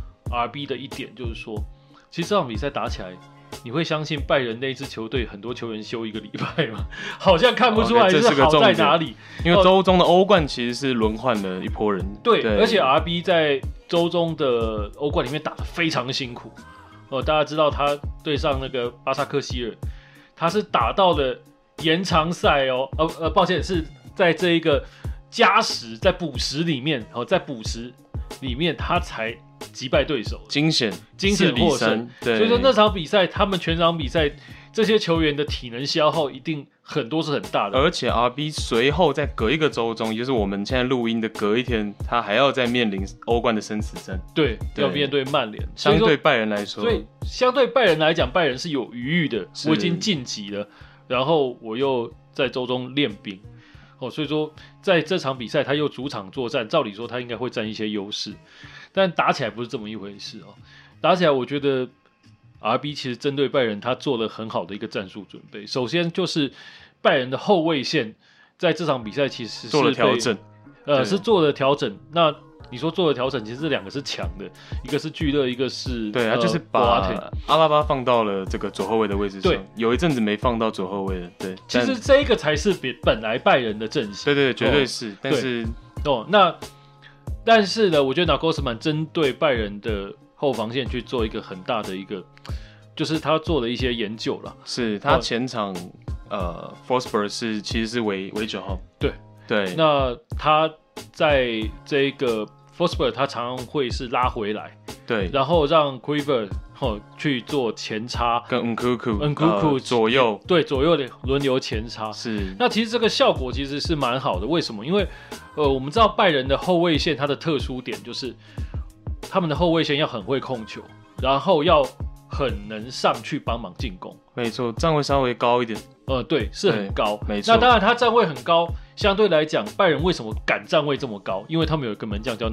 RB 的一点就是说，其实这场比赛打起来，你会相信拜仁那支球队很多球员休1个礼拜吗？好像看不出来是好在哪里。 因为周中的欧冠其实是轮换了一波人。 对，而且 RB 在周中的欧冠里面打得非常辛苦。大家知道他对上那个巴萨克希尔，他是打到了延长赛抱歉，是在这一个加时，在补时里面，他才击败对手， 惊险获胜。所以说那场比赛，他们全场比赛这些球员的体能消耗一定很多是很大的。 而且 RB 随后再隔一个周中，也就是我们现在录音的隔一天，他还要再面临欧冠的生死战。 对，要面对曼联。 相对拜仁来说， 所以相对拜仁来讲，拜仁是有余裕的。我已经晋级了，然后我又在周中练兵。所以说在这场比赛他又主场作战，照理说他应该会占一些优势，但打起来不是这么一回事打起来我觉得 RB 其实针对拜仁他做了很好的一个战术准备。首先就是拜仁的后卫线在这场比赛其实是做了调整， 是做了调整。那你说做了调整，其实这两个是强的，一个是聚乐，一个是对，他就是把阿拉巴放到了这个左后卫的位置上。 对， 有一阵子没放到左后卫了。对， 其实这个才是本来拜仁的阵型。 对，绝对是。但是但是呢，我觉得 Nagelsmann 针对拜仁的后防线去做一个很大的一个，就是他做了一些研究了。 是他前场Forsberg 其实是为9号。对， 那他在这个 Forsberg 他常常会是拉回来， 对， 然后让 Kluivert 去做前插， 跟 Nkunku 左右的轮流前插。 是， 那其实这个效果其实是蛮好的。为什么？因为我们知道拜仁的后卫线它的特殊点就是他们的后卫线要很会控球，然后要很能上去帮忙进攻。 没错，站位稍微高一点。 对，是很高。 没错。 那当然，他站位很高，相对来讲，拜仁为什么敢站位这么高？因为他们有一个门将叫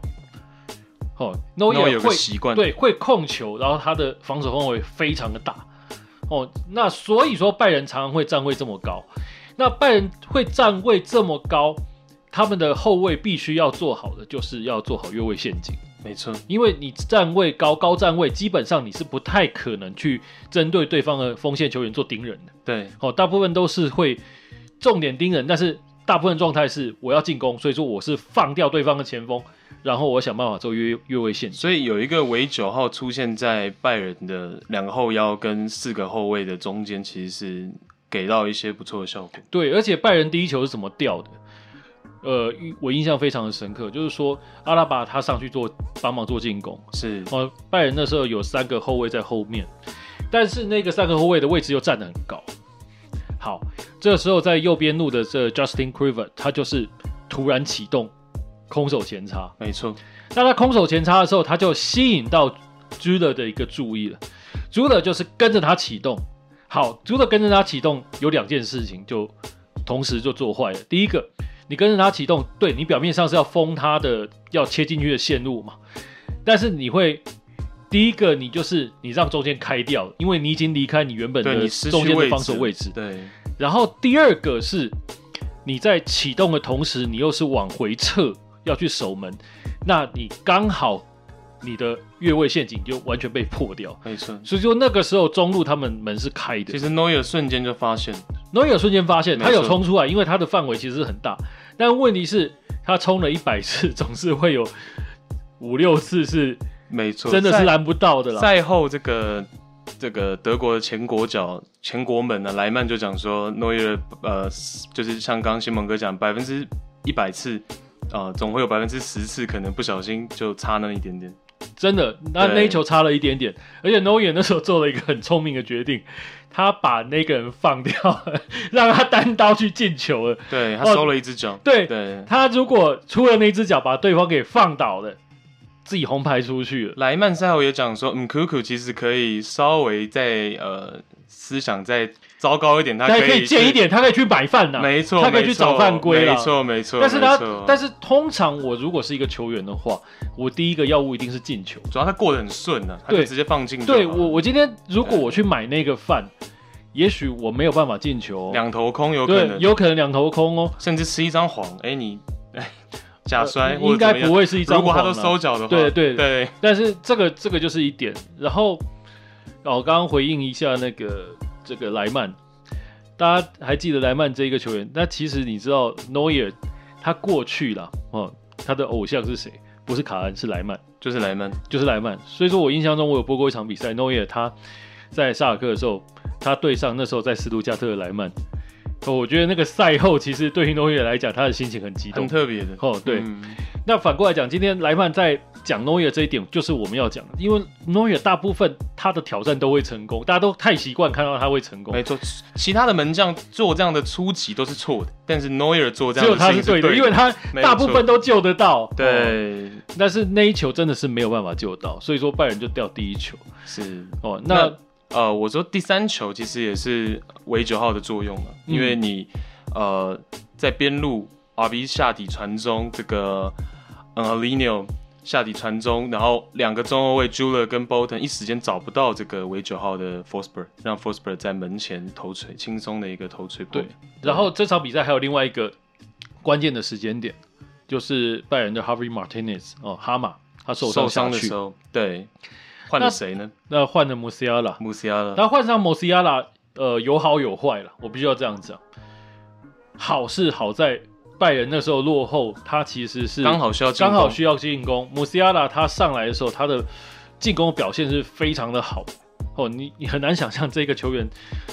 Neuer。Neuer 有个习惯， 对，会控球，然后他的防守范围非常的大。那所以说拜仁常常会站位这么高。那拜仁会站位这么高，他们的后卫必须要做好的就是要做好越位陷阱。 没错， 因为你站位高站位，基本上你是不太可能去针对对方的锋线球员做盯人的。 对， 大部分都是会重点盯人，但是大部分状态是我要进攻，所以说我是放掉对方的前锋，然后我想办法做越位陷阱。 所以有一个为9号出现在拜仁的2个后腰跟4个后卫的中间，其实是给到一些不错的效果。 对，而且拜仁第一球是怎么掉的？我印象非常的深刻，就是说阿拉巴他上去帮忙做进攻， 是拜仁那时候有3个后卫在后面，但是那个3个后卫的位置又站得很高。好，这时候在右边路的这 Justin Kluivert 他就是突然启动空手前插， 没错。 那他空手前插的时候，他就吸引到 Juller 的一个注意了。Juller 就是跟着他启动。好， Juller 跟着他启动有2件事情就同时就做坏了。第一个，你跟着他启动，对，你表面上是要封他的要切进去的线路嘛，但是第一个你就是你让中间开掉，因为你已经离开你原本的中间的防守位置。 对。 然后第二个是你在启动的同时，你又是往回撤要去守门，那你刚好你的越位陷阱就完全被破掉。 没错。 所以说那个时候中路他们门是开的。 其实 Neuer 瞬间就发现。 Neuer 瞬间发现，他有冲出来，因为他的范围其实很大，但问题是，他冲了100次，总是会有5-6次是， 没错， 真的是拦不到的啦。 赛后这个德国的前国门呢，莱曼就讲说 ，Neuer 就是像刚刚新蒙哥讲100%次总会有10%次可能不小心就差那么一点点。 真的，那一球差了一点点，而且 Neuer 那时候做了一个很聪明的决定，他把那个人放掉了，让他单刀去进球了。 对，他收了一只脚。 对，他如果出了那只脚，把对方给放倒了，自己红牌出去了。 莱曼赛后也讲说，Nkunku 其实可以稍微在思想再糟糕一点，他可以贱一点，他可以去买饭呐， 没错， 他可以去找犯规啦， 没错。 但是通常我如果是一个球员的话，我第一个要务一定是进球， 主要他过得很顺啊，他就直接放进。 对我今天如果我去买那个饭，也许我没有办法进球， 两头空有可能， 有可能两头空哦， 甚至吃一张黄，你假摔， 应该不会是一张黄。 如果他都收脚的话， 对。但是这个就是一点，然后刚刚回应一下这个莱曼，大家还记得莱曼这一个球员？那其实你知道 Neuer 他过去啦，他的偶像是谁？不是卡恩，是莱曼， 就是莱曼。 所以说我印象中我有播过一场比赛 ，Neuer 他在萨尔克的时候，他对上那时候在斯图加特的莱曼。我觉得那个赛后其实对于 Neuer 来讲，他的心情很激动， 很特别的。 对。那反过来讲，今天莱曼在讲 Neuer 这一点，就是我们要讲的，因为 Neuer 大部分他的挑战都会成功，大家都太习惯看到他会成功。 没错，其他的门将做这样的出击都是错的，但是 Neuer 做这样的只有他是对的，因为他大部分都救得到。 对， 但是那一球真的是没有办法救到，所以说拜仁就掉第一球。 是我说第三球其实也是韦9号的作用了，因为你在边路 RB 下底传中，这个Alinho 下底传中，然后两个中后卫 Juler 跟 Bolton 一时间找不到这个韦9号的 Forsberg， 让 Forsberg 在门前头槌，轻松的一个头槌。 对，然后这场比赛还有另外一个关键的时间点，就是拜仁的 Javi Martinez 哈马他受伤的时候，对。换了谁呢？ 那换了 Musiala。那换上 Musiala， 有好有坏了，我必须要这样讲。好是好在拜仁那时候落后，他其实是刚好需要进攻。Musiala 他上来的时候，他的进攻表现是非常的好。你很难想象这个球员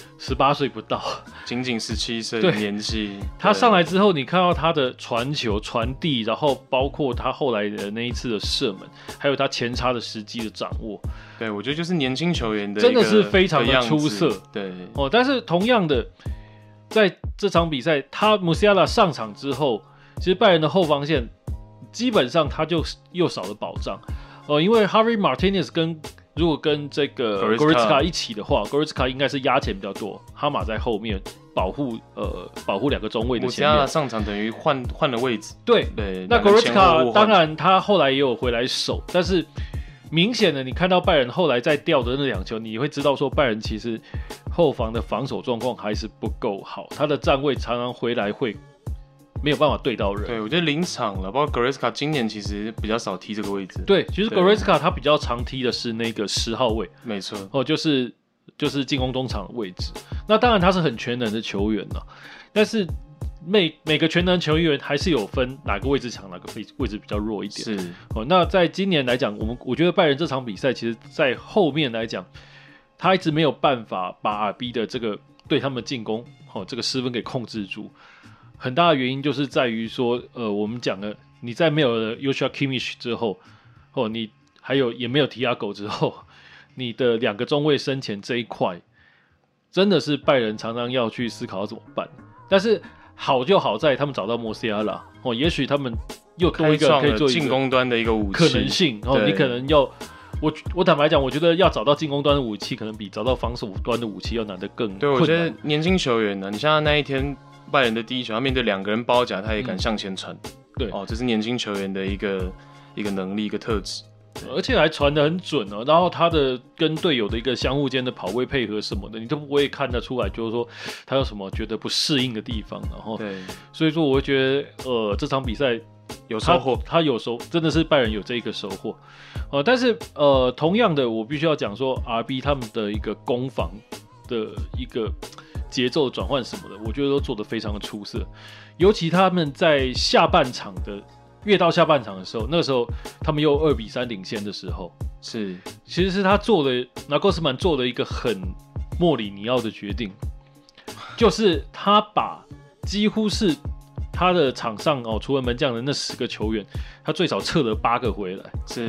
18岁不到， 仅17岁的年纪， 他上来之后，你看到他的传球、传递，然后包括他后来的那一次的射门，还有他前插的时机的掌握， 对我觉得就是年轻球员的真的是非常的出色。 对但是同样的，在这场比赛，他 Musiala 上场之后，其实拜仁的后防线基本上他就又少了保障。因为 Javi Martinez 如果跟这个 Goretzka 一起的话 ，Goretzka 应该是压前比较多，哈马在后面保护两个中卫的前面。 上场等于换了位置。 对，那 Goretzka 当然他后来也有回来守，但是明显的你看到拜仁后来在掉的那两球，你会知道说拜仁其实后防的防守状况还是不够好，他的站位常常回来会没有办法对到人。 对，我觉得临场了，包括 Goretzka 今年其实比较少踢这个位置。 对，其实 Goretzka 他比较常踢的是那个10号位， 没错。 就是进攻中场的位置。那当然他是很全能的球员了，但是每个全能球员还是有分哪个位置强，哪个位置比较弱一点。 是。 那在今年来讲，我觉得拜仁这场比赛，其实在后面来讲，他一直没有办法把 RB 的这个对他们进攻这个失分给控制住。很大的原因就是在于说，我们讲了，你在没有了 Joshua Kimmich 之后，你还有也没有 Thiago 之后，你的两个中卫身前这一块，真的是拜仁常常要去思考要怎么办。但是好就好在他们找到Musiala，也许他们又多一个可以做进攻端的一个武器可能性。你可能要我坦白讲，我觉得要找到进攻端的武器，可能比找到防守端的武器要难得更困难。 对，我觉得年轻球员呢，你像他那一天。拜仁的第一球，他面对两个人包夹，他也敢向前传。 对， 这是年轻球员的一个能力，一个特质， 而且还传得很准哦。然后他的跟队友的一个相互间的跑位配合什么的，你都不会看得出来，就是说他有什么觉得不适应的地方。然后，对，所以说我会觉得，这场比赛有收获， 他有真的是拜仁有这一个收获。但是同样的，我必须要讲说 ，RB 他们的一个攻防的一个节奏转换什么的，我觉得都做得非常的出色。尤其他们在下半场越到下半场的时候，那个时候他们又2-3领先的时候，其实是他拿戈斯曼做了一个很莫里尼奥的决定，就是他把几乎是他的场上除了门将的那10个球员，他最少撤了8个回来。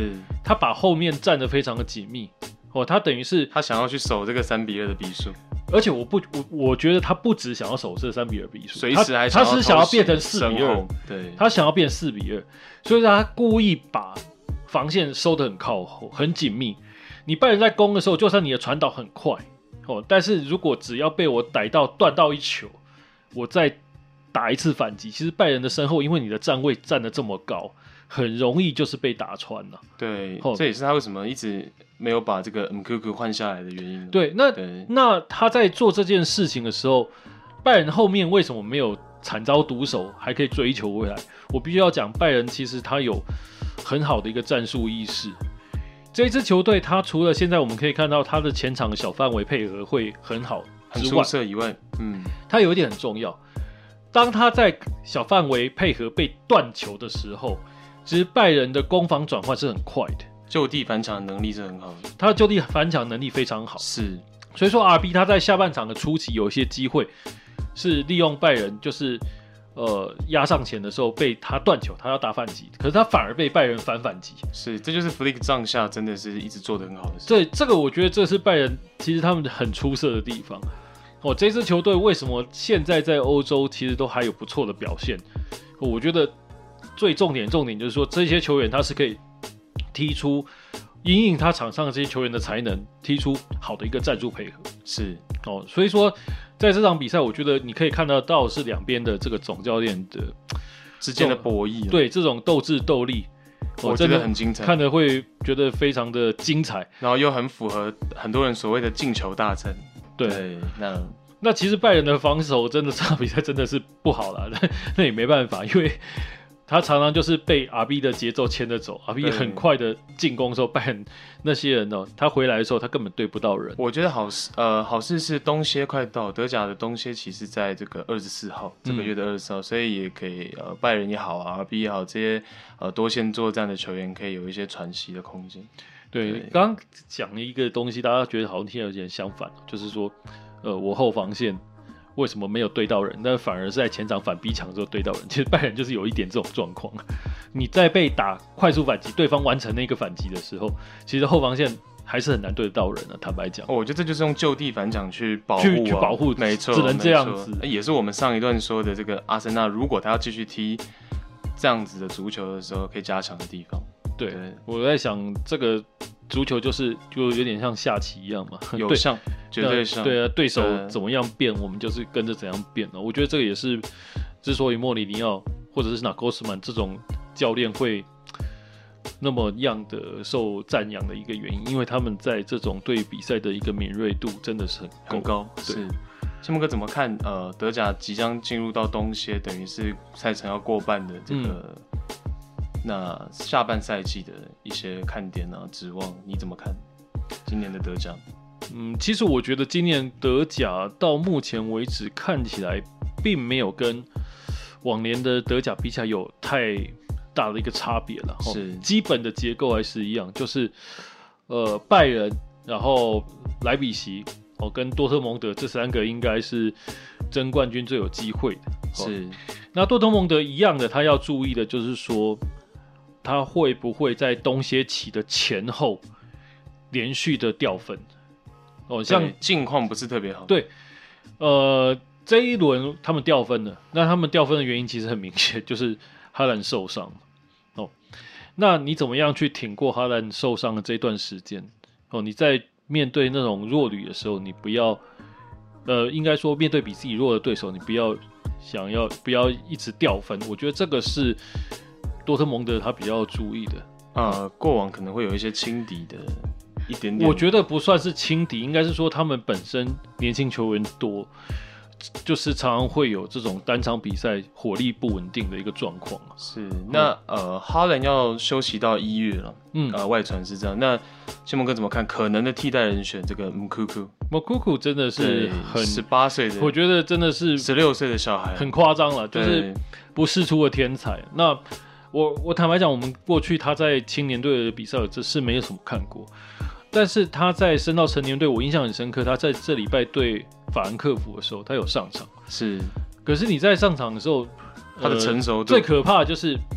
他把后面站得非常的紧密哦，他等于是他想要去守这个3-2的比数， 而且我觉得他不只想要守这3-2比数， 随时还他是想要变成4-2， 对， 他想要变4-2，所以他故意把防线收得很靠后，很紧密。你拜仁在攻的时候，就算你的传导很快哦，但是如果只要被我逮到断到一球，我再打一次反击，其实拜仁的身后，因为你的站位站得这么高，很容易就是被打穿了。 对，这也是他为什么一直没有把这个Nkunku换下来的原因。 对，那他在做这件事情的时候，拜仁后面为什么没有惨遭毒手，还可以追求回来？我必须要讲，拜仁其实他有很好的一个战术意识。这一支球队，他除了现在我们可以看到他的前场小范围配合会很好很出色以外， 他有一点很重要。当他在小范围配合被断球的时候，其实拜仁的攻防转换是很快的， 就地反抢的能力是很好的， 他的就地反抢能力非常好。 是， 所以说 RB 他在下半场的初期有一些机会是利用拜仁就是压上前的时候被他断球，他要打反击，可是他反而被拜仁反击。 是，这就是 Flick 帐下真的是一直做得很好的事。 这个我觉得这是拜仁其实他们很出色的地方。这支球队为什么现在在欧洲其实都还有不错的表现？我觉得最重点就是说，这些球员他是可以踢出因应他场上的这些球员的才能，踢出好的一个战术配合。 是所以说在这场比赛，我觉得你可以看得到是两边的这个总教练的之间的博弈， 对这种斗智斗力， 我觉得很精彩， 看得会觉得非常的精彩， 然后又很符合很多人所谓的进球大阵。 对，那其实拜仁的防守真的这场比赛真的是不好啦，那也没办法，因为他常常就是被 RB 的节奏牵着走 ，RB 很快的进攻的时候，拜仁那些人他回来的时候他根本对不到人。 我觉得好事是冬歇快到，德甲的冬歇其实在这个24号，这个月的24号，所以也可以拜仁也好RB 也好，这些多线作战的球员可以有一些喘息的空间。 对，刚刚讲了一个东西，大家觉得好像听有点相反，就是说，我后防线为什么没有对到人，但反而是在前场反逼抢之后对到人。其实拜仁就是有一点这种状况，你在被打快速反击，对方完成那个反击的时候，其实后防线还是很难对得到人的。坦白讲， 我觉得这就是用就地反抢去保护， 去保护， 没错， 只能这样子。 也是我们上一段说的这个阿森纳，如果他要继续踢这样子的足球的时候，可以加强的地方。 对，我在想这个足球就有点像下棋一样嘛， 有像，绝对像。 对啊，对手怎么样变，我们就是跟着怎样变。我觉得这个也是之所以莫里尼奥或者是纳高斯曼这种教练会那么样的受赞扬的一个原因，因为他们在这种对比赛的一个敏锐度真的是很高。 是，谢木哥怎么看？德甲即将进入到冬歇，等于是赛程要过半的这个。那下半赛季的一些看点啊，指望你怎么看今年的德甲？ 其实我觉得今年德甲到目前为止看起来并没有跟往年的德甲比起来有太大的一个差别了。 是， 基本的结构还是一样，就是拜仁，然后莱比锡跟多特蒙德这3个应该是争冠军最有机会的。 是， 那多特蒙德一样的，他要注意的就是说。他会不会在冬歇期的前后连续的掉分？像近况不是特别好。 对，这一轮他们掉分了。那他们掉分的原因其实很明显，就是哈兰受伤。那你怎么样去挺过哈兰受伤的这段时间？你在面对那种弱旅的时候，你不要，应该说面对比自己弱的对手，你不要一直掉分。我觉得这个是。多特蒙德他比较注意的， 过往可能会有一些轻敌的一点点， 我觉得不算是轻敌，应该是说他们本身年轻球员多，就是常常会有这种单场比赛火力不稳定的一个状况。 是，那哈兰要休息到1月了，外传是这样。那谢蒙哥怎么看可能的替代人选？这个 Nkunku真的是很 18岁的， 我觉得真的是 16岁的小孩， 很夸张了，就是不世出的天才。那我坦白讲，我们过去他在青年队的比赛这是没有什么看过，但是他在升到成年队，我印象很深刻。他在这礼拜对法兰克福的时候，他有上场。 是， 可是你在上场的时候， 他的成熟度最可怕的就是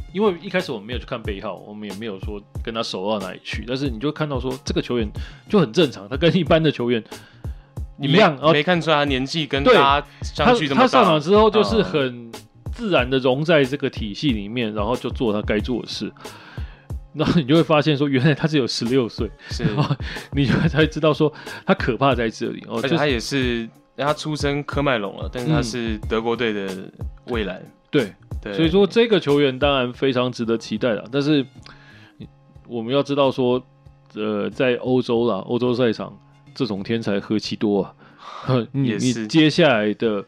因为一开始我们没有去看背号，我们也没有说跟他熟到哪里去，但是你就看到说这个球员就很正常，他跟一般的球员一样， 没看出来他年纪跟大家相距这么大。 他上场之后就是很自然的融在这个体系里面，然后就做他该做的事。然后你就会发现说，原来他只有16岁， 是， 你就才知道说他可怕在这里。 而且他也是，他出身科迈龙了，但是他是德国队的未来。 对，所以说这个球员当然非常值得期待了。但是我们要知道说，在欧洲啦，欧洲赛场这种天才何其多啊！你接下来的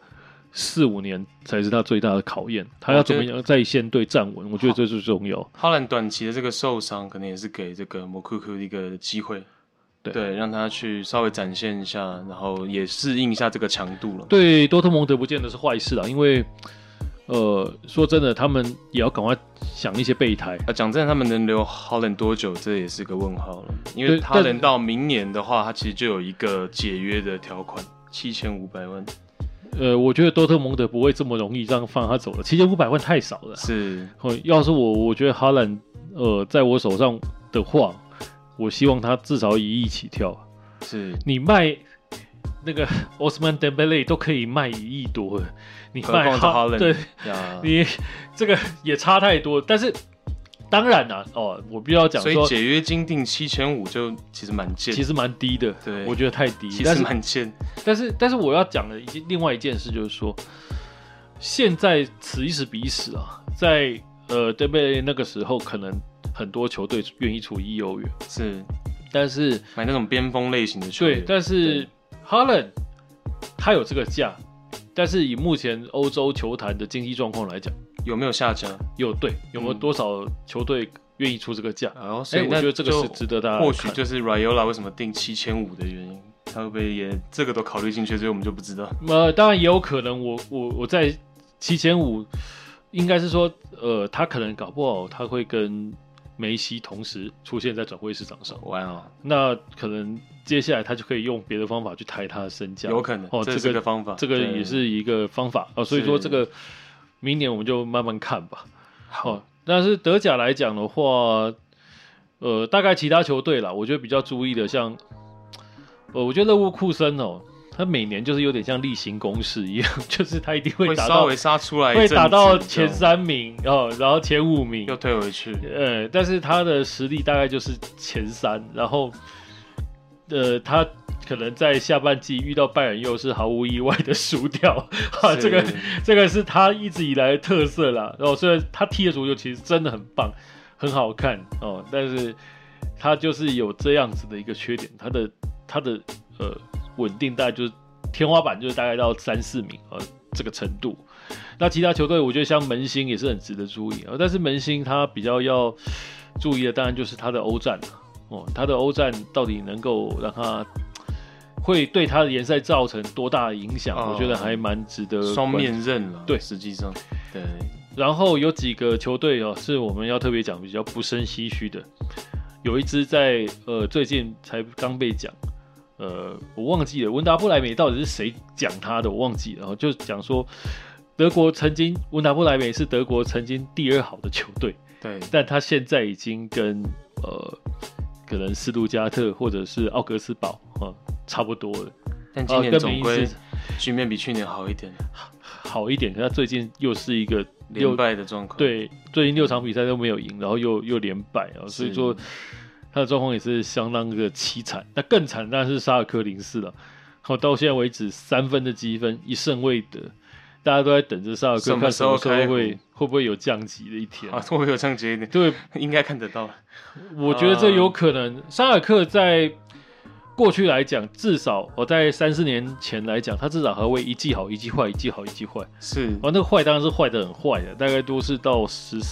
4-5年才是他最大的考验，他要怎么样在线队站稳？我觉得这最重要。 哈兰短期的这个受伤，可能也是给这个莫库库一个机会，对，让他去稍微展现一下，然后也适应一下这个强度了。 对，多特蒙德不见得是坏事啦，因为说真的，他们也要赶快想一些备胎。 讲真的，他们能留哈兰多久，这也是个问号了。因为哈兰到明年的话，他其实就有一个解约的条款，7500万。 我觉得多特蒙德不会这么容易让放他走了，7500万太少了。 是， 要是我觉得哈兰，在我手上的话，我希望他至少1亿起跳。 是， 你卖那个 Ousmane Dembélé 都可以卖1亿多了，你卖哈兰，对，你这个也差太多。但是当然啦，我必须要讲说， 所以解约金定7500就其实蛮贱， 其实蛮低的， 对， 我觉得太低， 其实蛮贱。 但是我要讲的另外一件事就是说，现在此一时彼一时啊，在Dembélé 那个时候，可能很多球队愿意出1亿欧元， 是， 但是买那种边锋类型的球员， 对，但是哈兰他有这个价，但是以目前欧洲球坛的经济状况来讲， 有没有下家？ 有没有多少球队愿意出这个价？ 所以我觉得这个是值得大家看。 或许就是 Raiola 为什么定7500的原因，他会不会也这个都考虑进去？所以我们就不知道。 当然也有可能我在7500，应该是说他可能搞不好他会跟梅西同时出现在转会市场上。 哇， 那可能接下来他就可以用别的方法去抬他的身价。 有可能这是个方法， 这个也是一个方法所以说这个明年我们就慢慢看吧。好，但是德甲来讲的话，大概其他球队啦，我觉得比较注意的，像我觉得勒沃库森他每年就是有点像例行公事一样，就是他一定会打到稍微杀出来， 会打到前3名然后前5名又退回去。 但是他的实力大概就是前3，然后他可能在下半季遇到拜仁又是毫无意外的输掉，这个是他一直以来的特色啦。然后虽然他踢的足球其实真的很棒，很好看但是他就是有这样子的一个缺点，他的稳定大概就是天花板就是大概到3-4名这个程度。那其他球队我觉得像门兴也是很值得注意但是门兴他比较要注意的当然就是他的欧战他的欧战到底能够让他会对他的联赛造成多大的影响我觉得还蛮值得双面刃了。 对， 实际上对。 然后有几个球队是我们要特别讲比较不胜唏嘘的，有一支在最近才刚被讲我忘记了文达不莱梅到底是谁讲他的我忘记了就讲说德国曾经文达不莱梅是德国曾经第2好的球队， 对， 但他现在已经跟可能斯图加特或者是奥格斯堡差不多了， 但今年总归局面比去年好一点， 可他最近又是一个连败的状况， 对，最近6场比赛都没有赢，然后又连败所以说他的状况也是相当的凄惨。那更惨当然是沙尔克04了，到现在为止3分的积分，1胜未得，大家都在等着沙尔克看什么时候会不会有降级的一天会不会有降级一点？ 对， 应该看得到。 我觉得这有可能。沙尔克在过去来讲，至少我在3-4年前来讲，他至少还会一季好一季坏，一季好一季坏。 是那个坏当然是坏的很坏的，大概都是到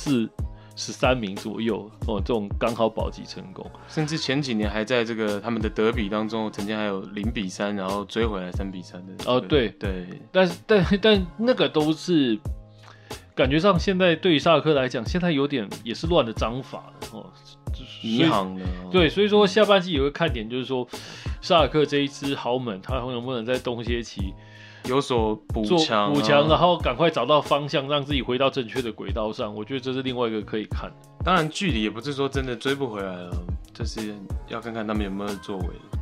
14、13名左右这种刚好保级成功。 甚至前几年还在这个他们的德比当中，曾经还有0-3，然后追回来3-3的。 对，但那个都是感觉上现在对于沙尔克来讲，现在有点也是乱的章法了迷航了。 对，所以说下半季有个看点就是说，沙尔克这一支豪门，他能不能在冬歇期有所补强， 然后赶快找到方向，让自己回到正确的轨道上。我觉得这是另外一个可以看。 当然，距离也不是说真的追不回来了，就是要看看他们有没有作为。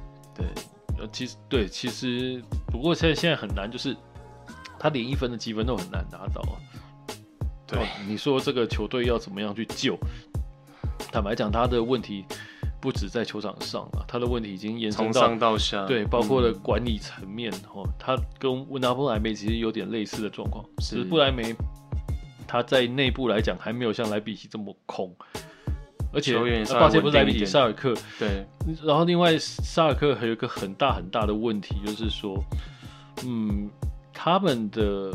对，其实不过现在很难，就是他连1分的积分都很难拿到。对， 你说这个球队要怎么样去救？坦白讲，他的问题不止在球场上啊，他的问题已经延伸到从上到下， 对，包括了管理层面他跟温拿不莱梅其实有点类似的状况，只是不莱梅他在内部来讲还没有像莱比锡这么空，而且抱歉不是莱比锡，沙尔克， 对， 然后另外沙尔克还有一个很大的问题，就是说，他们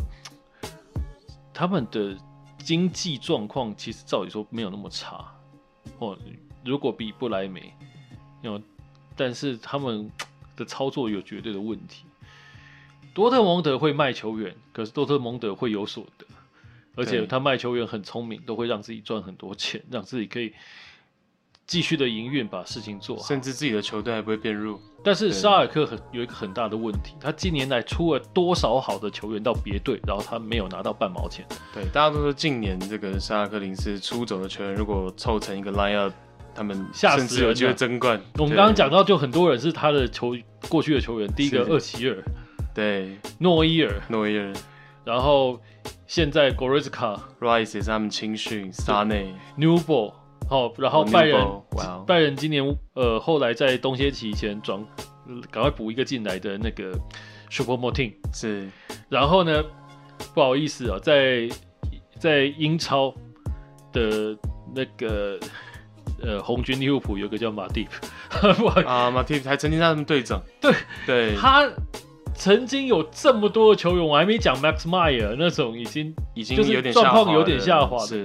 的经济状况其实照理说没有那么差如果比不莱梅，但是他们的操作有绝对的问题。多特蒙德会卖球员，可是多特蒙德会有所得，而且他卖球员很聪明，都会让自己赚很多钱，让自己可以继续的营运，把事情做好， 甚至自己的球队还不会变弱。 但是沙尔克有一个很大的问题，他近年来出了多少好的球员到别队，然后他没有拿到半毛钱。对， 大家都说近年这个沙尔克零四出走的球员，如果凑成一个 line up， 他们甚至有机会争冠。 我们刚刚讲到，就很多人是他的过去的球员，第一个厄齐尔， 对， 诺伊尔，然后现在 Goretzka、Rice 也是他们青训，沙内、 Newball。然后拜仁今年后来在冬歇期前赶快补一个进来的那个 Choupo-Moting 是， 然后呢不好意思在英超的那个红军利物浦有个叫马蒂马蒂还曾经是他们队长，对， 他曾经有这么多的球员，我还没讲 Max Meyer 那种已经有点状况有点下滑的。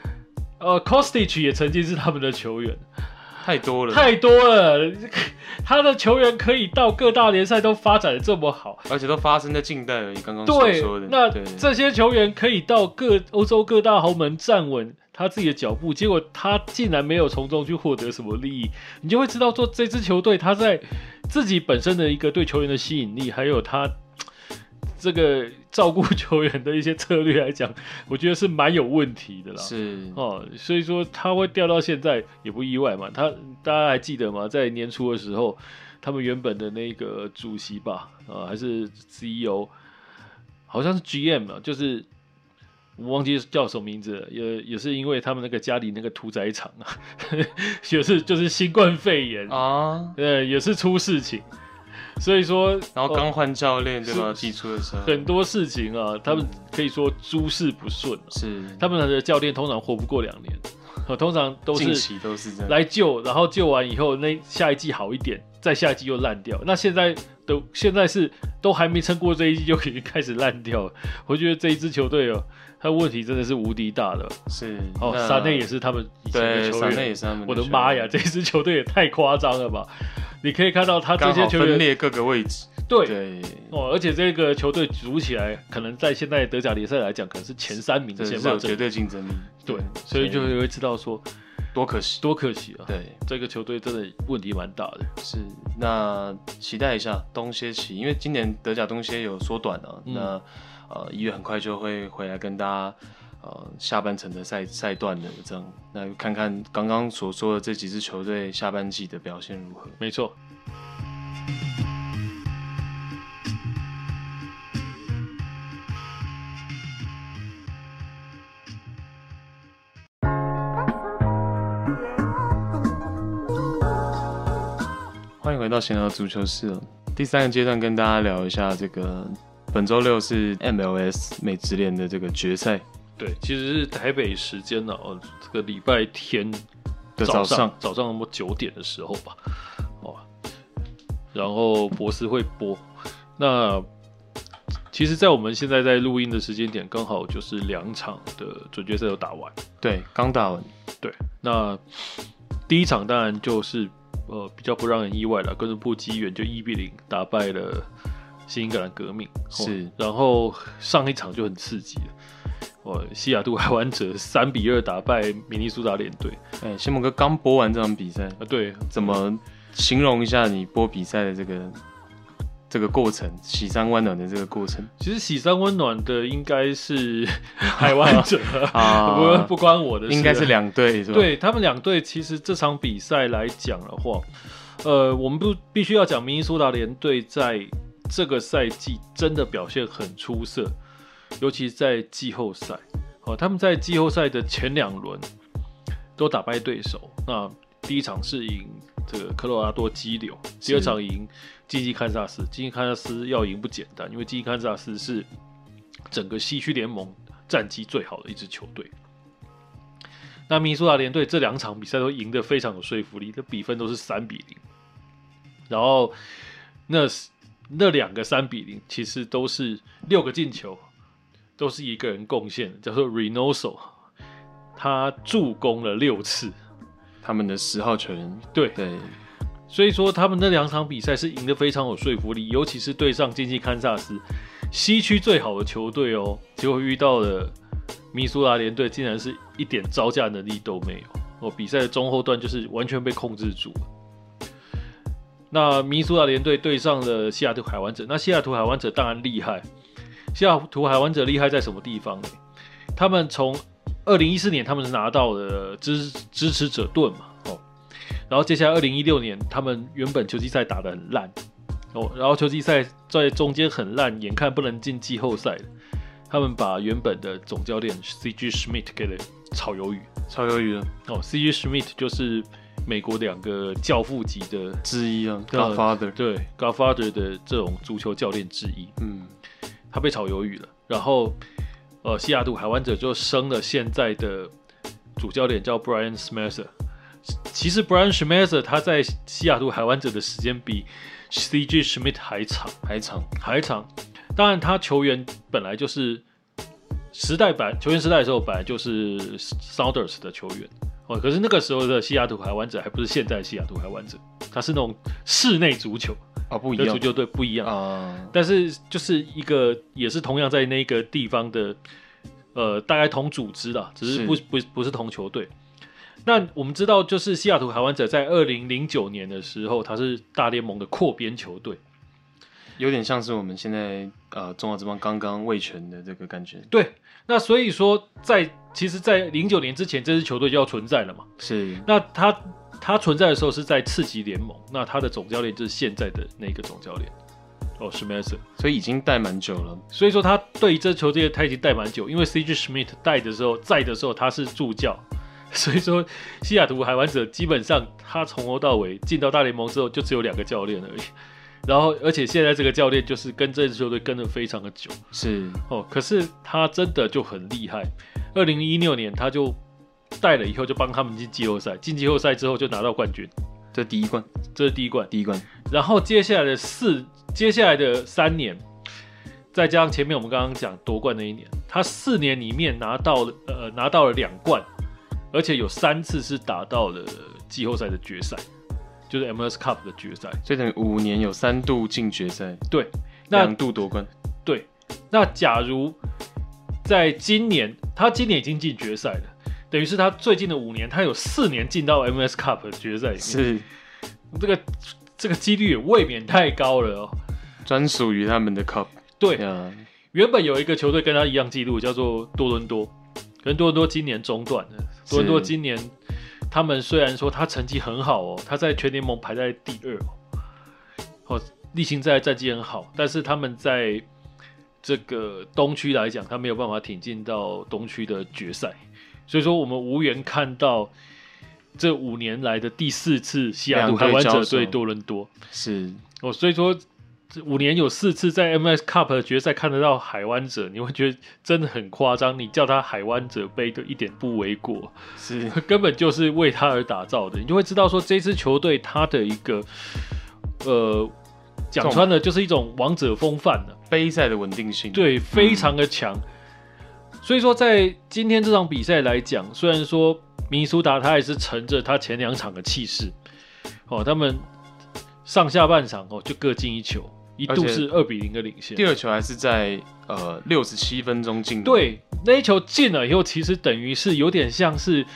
Kostic 也曾经是他们的球员， 太多了。 他的球员可以到各大联赛都发展的这么好， 而且都发生在近代而已。刚刚所说的， 那这些球员可以到欧洲各大豪门站稳他自己的脚步，结果他竟然没有从中去获得什么利益，你就会知道说这支球队他在自己本身的一个对球员的吸引力，还有他这个照顾球员的一些策略来讲，我觉得是蛮有问题的啦。 是所以说他会掉到现在也不意外嘛。大家还记得吗？在年初的时候，他们原本的那个主席吧，还是 CEO， 好像是 GM 啊，就是我忘记叫什么名字了，也是因为他们那个家里那个屠宰场啊，就是新冠肺炎啊，也是出事情。所以说， 然后刚换教练对吧？季初的时候， 很多事情啊，他们可以说诸事不顺。 是，他们的教练通常活不过2年，通常都是近期都是这样来救，然后救完以后，那下一季好一点，再下一季又烂掉。那现在是都还没撑过这一季就已经开始烂掉了。我觉得这一支球队他问题真的是无敌大的。 是沙内也是他们以前的球员， 沙内也是他们。 我的妈呀，这支球队也太夸张了吧！你可以看到他这些球员分裂各个位置， 对而且这个球队组起来，可能在现在德甲联赛来讲，可能是前3名的先发阵， 绝对竞争力。 对，所以就会知道说多可惜啊！ 对， 这个球队真的问题蛮大的。 是，那期待一下冬歇期，因为今年德甲冬歇有缩短了，那1月很快就会回来跟大家。下半程的赛段的这样，那看看刚刚所说的这几支球队下半季的表现如何？ 没错。 欢迎回到闲聊足球室了。第3个阶段跟大家聊一下这个本周6是 MLS 美职联的这个决赛。 对，其实是台北时间这个礼拜天的早上那么9点的时候吧，然后博斯会播。那其实，在我们现在在录音的时间点，刚好就是2场的准决赛都打完。 对，刚打完。 对，那第一场当然就是比较不让人意外了，哥伦布机缘就1-0打败了新英格兰革命。 是， 然后上一场就很刺激了。西雅图海湾者3-2打败明尼苏达联队。 先蒙哥刚播完这场比赛对， 怎么形容一下你播比赛的这个这个过程，喜山温暖的这个过程。 其实喜山温暖的应该是海湾者啊，不关我的事， 应该是两队是吧？ 对，他们两队其实这场比赛来讲的话，我们必须要讲明尼苏达联队在这个赛季真的表现很出色，尤其在季后赛。他们在季后赛的前2轮都打败对手。那第一场是赢这个科罗拉多激流，第2场赢经济堪萨斯。经济堪萨斯要赢不简单，因为经济堪萨斯是整个西区联盟战绩最好的一支球队。那明尼苏达联队这2场比赛都赢得非常有说服力，的比分都是3-0。然后那2个3-0其实都是6个进球，都是一个人贡献的，叫做 Reynoso， 他助攻了6次。 他们的10号球员， 对，所以说他们那2场比赛是赢得非常有说服力，尤其是对上经济堪萨斯，西区最好的球队哦，结果遇到了明尼苏达联队，竟然是一点招架能力都没有。比赛的中后段就是完全被控制住了。那明尼苏达联队对上了西雅图海湾者，那西雅图海湾者当然厉害。西雅图海湾者厉害在什么地方呢？他们从2014年他们是拿到了支持者盾嘛，然后接下来2016年他们原本球季赛打得很烂，然后球季赛在中间很烂，眼看不能进季后赛了，他们把原本的总教练 C.G. Schmidt 给了炒鱿鱼了。C.G. Schmidt 就是美国2个教父级的之一啊 ，Godfather， 对 Godfather 的这种足球教练之一。他被炒鱿鱼了，然后西雅图海湾者就升了现在的主教练叫 Brian Schmetzer。其实 Brian Schmetzer 他在西雅图海湾者的时间比 C.G. Schmidt 还长。当然，他球员本来就是球员时代的时候本来就是 Sounders 的球员。可是那个时候的西雅图海湾者还不是现在的西雅图海湾者，他是那种室内足球。 不一样， 足球队不一样但是就是一个也是同样在那个地方的大概同组织啦，只是不是同球队。那我们知道，就是西雅图海湾者在2009年的时候，他是大联盟的扩编球队， 有点像是我们现在中华职棒刚刚卫权的这个感觉。 对，那所以说其实在09年之前，这支球队就要存在了嘛。 是， 那他存在的时候是在次级联盟，那他的总教练就是现在的那个总教练Schmetzer， 所以已经带蛮久了。 所以说他对于这球队他已经带蛮久，因为 C.G. Schmidt 在的时候他是助教，所以说西雅图海湾者基本上他从头到尾进到大联盟之后就只有2个教练而已，然后而且现在这个教练就是跟这支球队跟得非常的久， 是可是他真的就很厉害。2016年他就带了以后就帮他们进季后赛，进季后赛之后就拿到冠军， 这是第一冠。 然后接下来的3年，再加上前面我们刚刚讲夺冠那一年，他4年里面拿到了2冠，而且有3次是打到了季后赛的决赛，就是 MLS Cup 的决赛， 所以等于5年有3度进决赛， 对，那 2度夺冠， 对。那假如在今年已经进决赛了，等于是他最近的5年，他有4年进到 MLS Cup 的决赛里面， 是这个几率也未免太高了专属于他们的 Cup。 对，原本有一个球队跟他一样记录，叫做多伦多，可是多伦多今年中断了。多伦多今年他们虽然说他成绩很好他在全联盟排在第2例行赛战绩很好，但是他们在这个东区来讲，他没有办法挺进到东区的决赛，所以说我们无缘看到这5年来的第4次西雅图海湾者对多伦多。 是所以说5年有4次在 MLS Cup 的决赛看得到海湾者，你会觉得真的很夸张，你叫他海湾者杯都一点不为过， 是根本就是为他而打造的。你就会知道说这支球队他的一个讲穿了就是一种王者风范的杯赛的稳定性， 对，非常的强。所以说在今天这场比赛来讲，虽然说明尼苏达他还是乘着他前2场的气势他们上下半场就各进1球，一度是2-0的领先。 第2球还是在67分钟进的。 对，那一球进了以后，其实等于是有点像是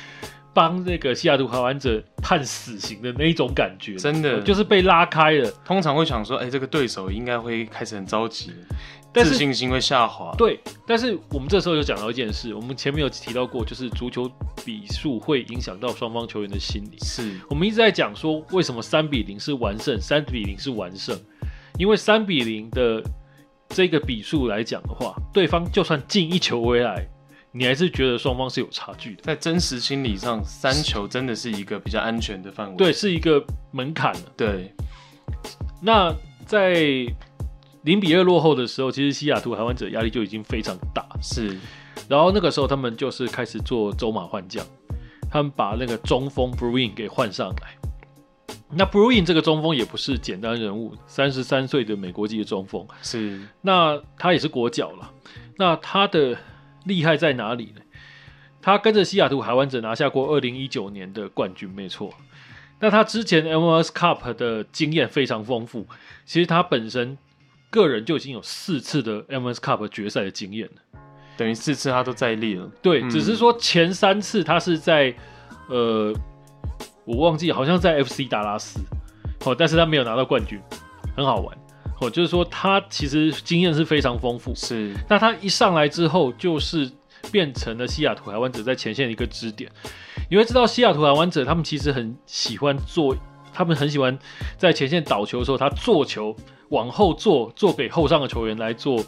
帮那个西雅图海湾者判死刑的那一种感觉， 真的就是被拉开了。 通常会想说，这个对手应该会开始很着急， 但是自信心会下滑。 对，但是我们这时候就讲到一件事，我们前面有提到过，就是足球比数会影响到双方球员的心理。 是我们一直在讲说，为什么3-0是完胜，3-0是完胜，因为3-0的这个比数来讲的话，对方就算进1球回来，你还是觉得双方是有差距的。 在真实心理上，3球真的是一个比较安全的范围， 对，是一个门槛了。 对， 那在0-2落后的时候，其实西雅图海湾者压力就已经非常大。 是， 然后那个时候他们就是开始做走马换将，他们把那个中锋 Bruin 给换上来。那 Bruin 这个中锋也不是简单人物，33岁的美国籍的中锋， 是， 那他也是国脚了。那他的厉害在哪里呢？他跟着西雅图海湾者拿下过2019年的冠军，没错。那他之前 MLS Cup 的经验非常丰富，其实他本身个人就已经有4次的 MLS Cup 决赛的经验了， 等于4次他都在列了。 对，只是说前3次他是在我忘记好像在 FC 达拉斯，但是他没有拿到冠军，很好玩。就是说他其实经验是非常丰富， 是。 那他一上来之后，就是变成了西雅图海湾者在前线的一个支点。你会知道西雅图海湾者他们其实很喜欢做，他们很喜欢在前线倒球的时候，他做球往后做给后上的球员来做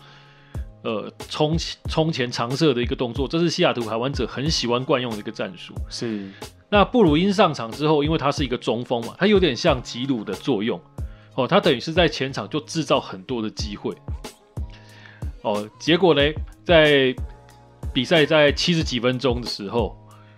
冲前长射的一个动作，这是西雅图海湾者很喜欢惯用的一个战术。 是。 那布鲁因上场之后，因为他是一个中锋嘛，他有点像吉鲁的作用。他等于是在前场就制造很多的机会。结果呢，在比赛在70几分钟的时候，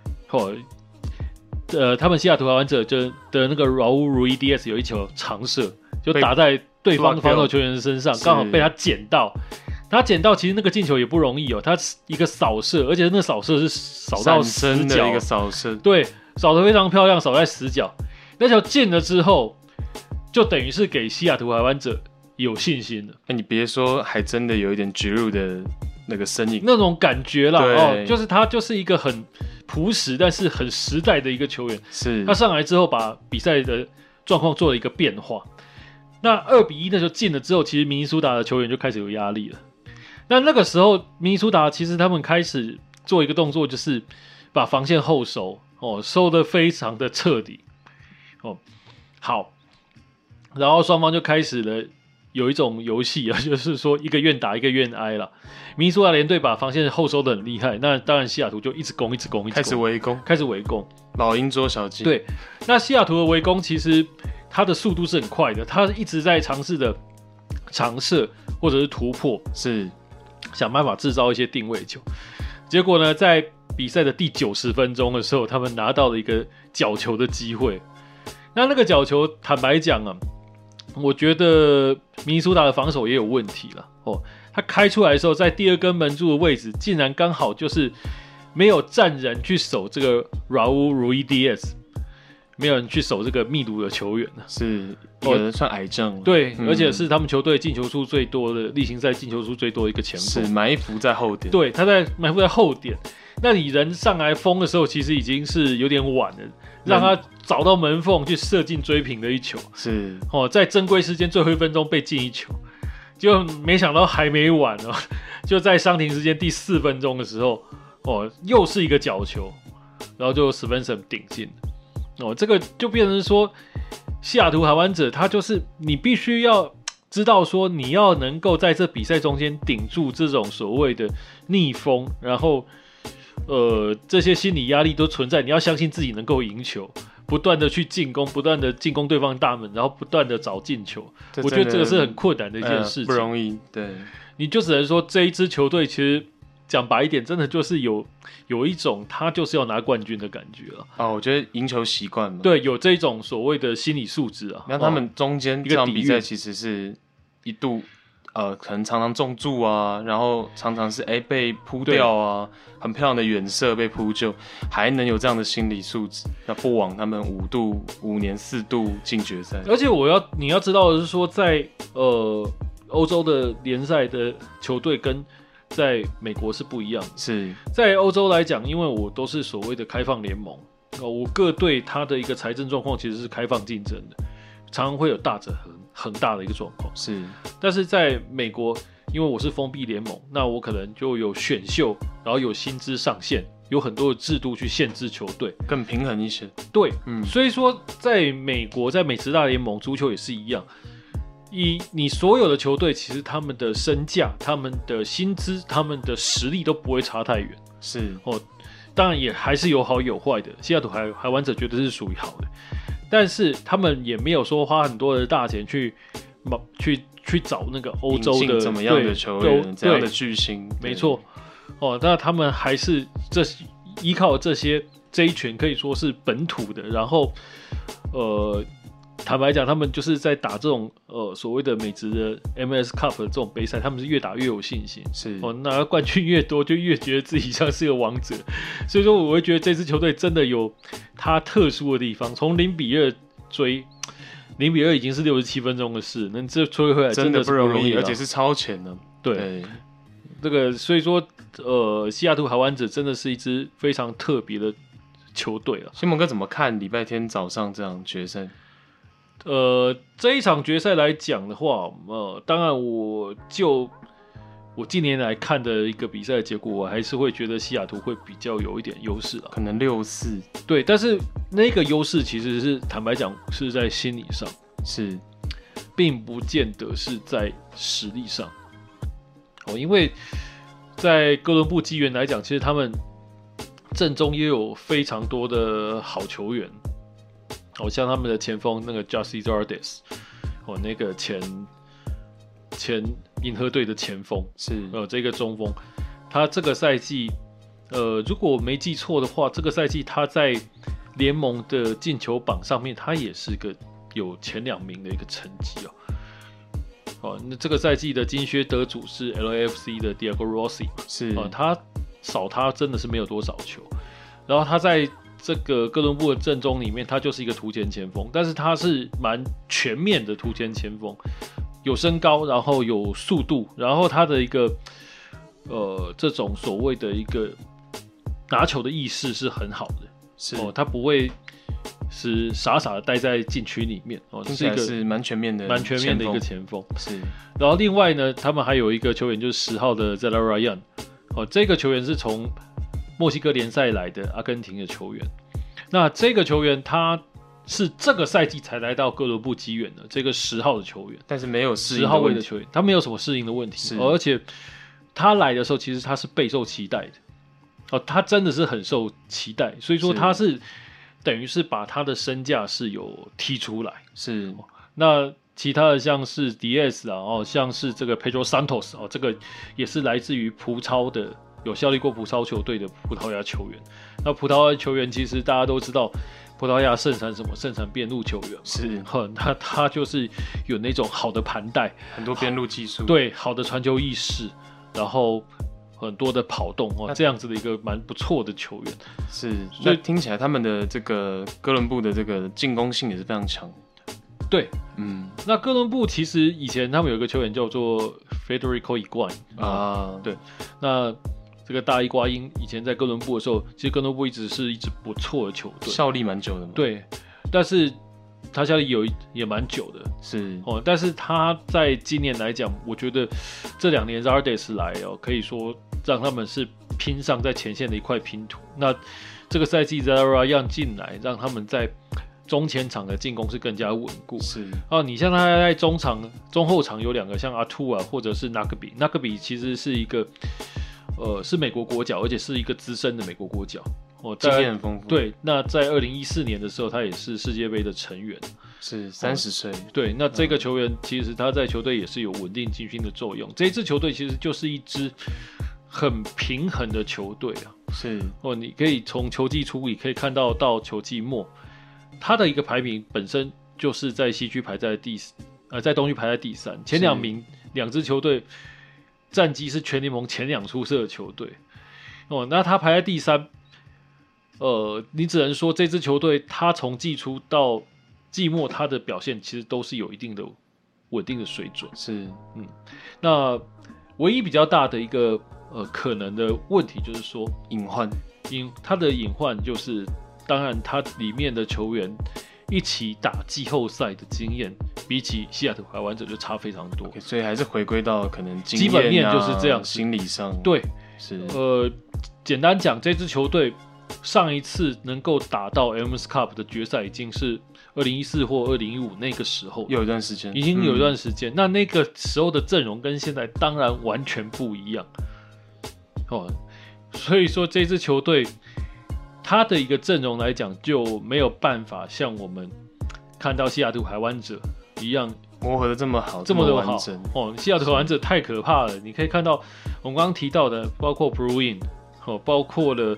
他们西雅图海湾者的那个 Raul Ruidiaz 有一球长射，就打在对方的防守球员的身上，刚好被他捡到。他捡到，其实那个进球也不容易他一个扫射，而且那个扫射是扫到死角的一个扫射， 对，扫得非常漂亮，扫在死角。那球进了之后，就等于是给西雅图海湾者有信心了。 你别说，还真的有一点植入的那个身影， 那种感觉啦。就是他就是一个很朴实但是很时代的一个球员。 是， 他上来之后把比赛的状况做了一个变化。那2-1那就进了之后，其实明尼苏达的球员就开始有压力了。那个时候，明尼苏达其实他们开始做一个动作，就是把防线后收，收得非常的彻底。好。然后双方就开始了有一种游戏啊，就是说一个愿打一个愿挨啦。明尼苏达联队把防线后收得很厉害，那当然西雅图就一直攻，开始围攻， 老鹰捉小鸡。 对，那西雅图的围攻其实它的速度是很快的，它一直在尝试的长射或者是突破， 是想办法制造一些定位球。结果呢，在比赛的第90分钟的时候，他们拿到了一个角球的机会。那个角球，坦白讲啊，我觉得明尼苏达的防守也有问题了。他开出来的时候，在第2根门柱的位置，竟然刚好就是没有站人去守这个 Raul Ruidiaz， 没有人去守这个秘鲁的球员， 是一个算癌症。 对，而且是他们球队进球数最多的，例行赛进球数最多的一个前锋， 是埋伏在后点。 对，他埋伏在后点。那你人上来封的时候，其实已经是有点晚了，让他找到门缝去射进追平的一球。 是在正规时间最后1分钟被进1球，就没想到还没完哦，就在伤停时间第4分钟的时候，又是一个角球，然后就 Svensson 顶进这个就变成说，西雅图海湾者他就是你必须要知道说，你要能够在这比赛中间顶住这种所谓的逆风，然后这些心理压力都存在，你要相信自己能够赢球，不断的去进攻，不断的进攻对方大门，然后不断的找进球。我觉得这个是很困难的一件事情， 不容易。对， 你就只能说这一支球队其实讲白一点，真的就是有一种他就是要拿冠军的感觉了。 我觉得赢球习惯嘛， 对，有这种所谓的心理素质啊。 那他们中间这场比赛其实是一度可能常常中柱啊，然后常常是被扑掉啊，很漂亮的远射被扑救，还能有这样的心理素质，那不枉他们5年4度进决赛。 而且你要知道的是说，在欧洲的联赛的球队跟在美国是不一样的。 是在欧洲来讲，因为我都是所谓的开放联盟， 我各队它的一个财政状况其实是开放竞争的，常常会有大者恒大的一个状况。 是， 但是在美国，因为我是封闭联盟，那我可能就有选秀，然后有薪资上限，有很多的制度去限制球队， 更平衡一些。 对，所以说在美国，在美职大联盟，足球也是一样。你所有的球队，其实他们的身价、他们的薪资、他们的实力都不会差太远。 是当然也还是有好有坏的。西雅图海湾者绝对是属于好的，但是他们也没有说花很多的大钱去找那个欧洲的怎么样的球员，怎样的巨星。 没错。那他们还是依靠这一群可以说是本土的，然后坦白讲，他们就是在打这种所谓的美职的 MLS Cup 的这种杯赛，他们是越打越有信心。 是拿冠军越多，就越觉得自己像是个王者。所以说，我会觉得这支球队真的有它特殊的地方。从0-2追，0-2已经是67分钟的事，能这追回来真的不容易， 而且是超前的。对， 这个所以说，西雅图海湾者真的是一支非常特别的球队了。 新蒙哥怎么看礼拜天早上这场决赛？ 这一场决赛来讲的话，当然我近年来看的一个比赛的结果，我还是会觉得西雅图会比较有一点优势了， 可能6-4。 对，但是那个优势其实是坦白讲是在心理上， 是， 并不见得是在实力上。因为在哥伦布机员来讲，其实他们阵中也有非常多的好球员。像他们的前锋那个 Jussi Zardes， 那个前银河队的前锋是这个中锋，他这个赛季如果我没记错的话，这个赛季他在联盟的进球榜上面，他也是个有前2名的一个成绩那这个赛季的金靴得主是 LAFC 的 Diego Rossi， 是他真的是没有多少球，然后他在这个哥伦布的阵中里面，他就是一个突前前锋，但是他是蛮全面的突前前锋，有身高，然后有速度，然后他的一个这种所谓的一个拿球的意识是很好的， 是他不会是傻傻的待在禁区里面是蛮全面的一个前锋。 是， 然后另外呢，他们还有一个球员就是10号的 Zela Ryan，这个球员是从墨西哥联赛来的阿根廷的球员，那这个球员他是这个赛季才来到哥伦布机员的这个10号的球员， 但是没有适应 10号位的球员，他没有什么适应的问题，而且他来的时候其实他是备受期待的，他真的是很受期待，所以说他是等于是把他的身价是有踢出来。 是， 那其他的像是 Diaz 像是这个 Pedro Santos 这个也是来自于葡超的。有效力过葡超球队的葡萄牙球员，那葡萄牙球员其实大家都知道，葡萄牙盛产什么？盛产边路球员， 是， 他就是有那种好的盘带， 很多边路技术， 对，好的传球意识，然后很多的跑动这样子的一个蛮不错的球员。 是，所以听起来他们的这个哥伦布的这个进攻性也是非常强。 对，那哥伦布其实以前他们有一个球员叫做 Federico Higuain 对，那这个大伊瓜因以前在哥伦布的时候，其实哥伦布一直是一支不错的球队， 效力蛮久的嘛。 对，但是他效力也蛮久的， 是但是他在今年来讲，我觉得这2年 Zardes 来可以说让他们是拼上在前线的一块拼图。那这个赛季 Zara Young 进来，让他们在中前场的进攻是更加稳固。 是你像他在中后场有2个，像阿图啊，或者是 Nagby 其实是一个。是美国国脚，而且是一个资深的美国国脚， 经验很丰富。 对，那在2014年的时候，他也是世界杯的成员， 是30岁。 对，那这个球员其实他在球队也是有稳定军心的作用。这一支球队其实就是一支很平衡的球队啊。 是你可以从球季初也可以看到球季末，他的一个排名本身就是在西区排在在东区排在第3，前2名2支球队。战绩是全联盟前2出色的球队，那他排在第3，你只能说这支球队他从季初到季末他的表现其实都是有一定的稳定的水准。 是， 那唯一比较大的一个可能的问题就是说隐患， 他的隐患就是当然他里面的球员一起打季后赛的经验，比起西雅图海湾者就差非常多。 所以还是回归到可能经验、 基本面就是这样， 心理上对， 是简单讲，这支球队上一次能够打到 MLS Cup 的决赛已经是2014或2015那个时候， 有一段时间， 已经有一段时间。那个时候的阵容跟现在当然完全不一样哦，所以说这支球队他的一个阵容来讲就没有办法像我们看到西雅图海湾者一样磨合的这么好， 这么的好完整哦。西雅图海湾者太可怕了，你可以看到我们刚刚提到的，包括 Bruin 哦，包括了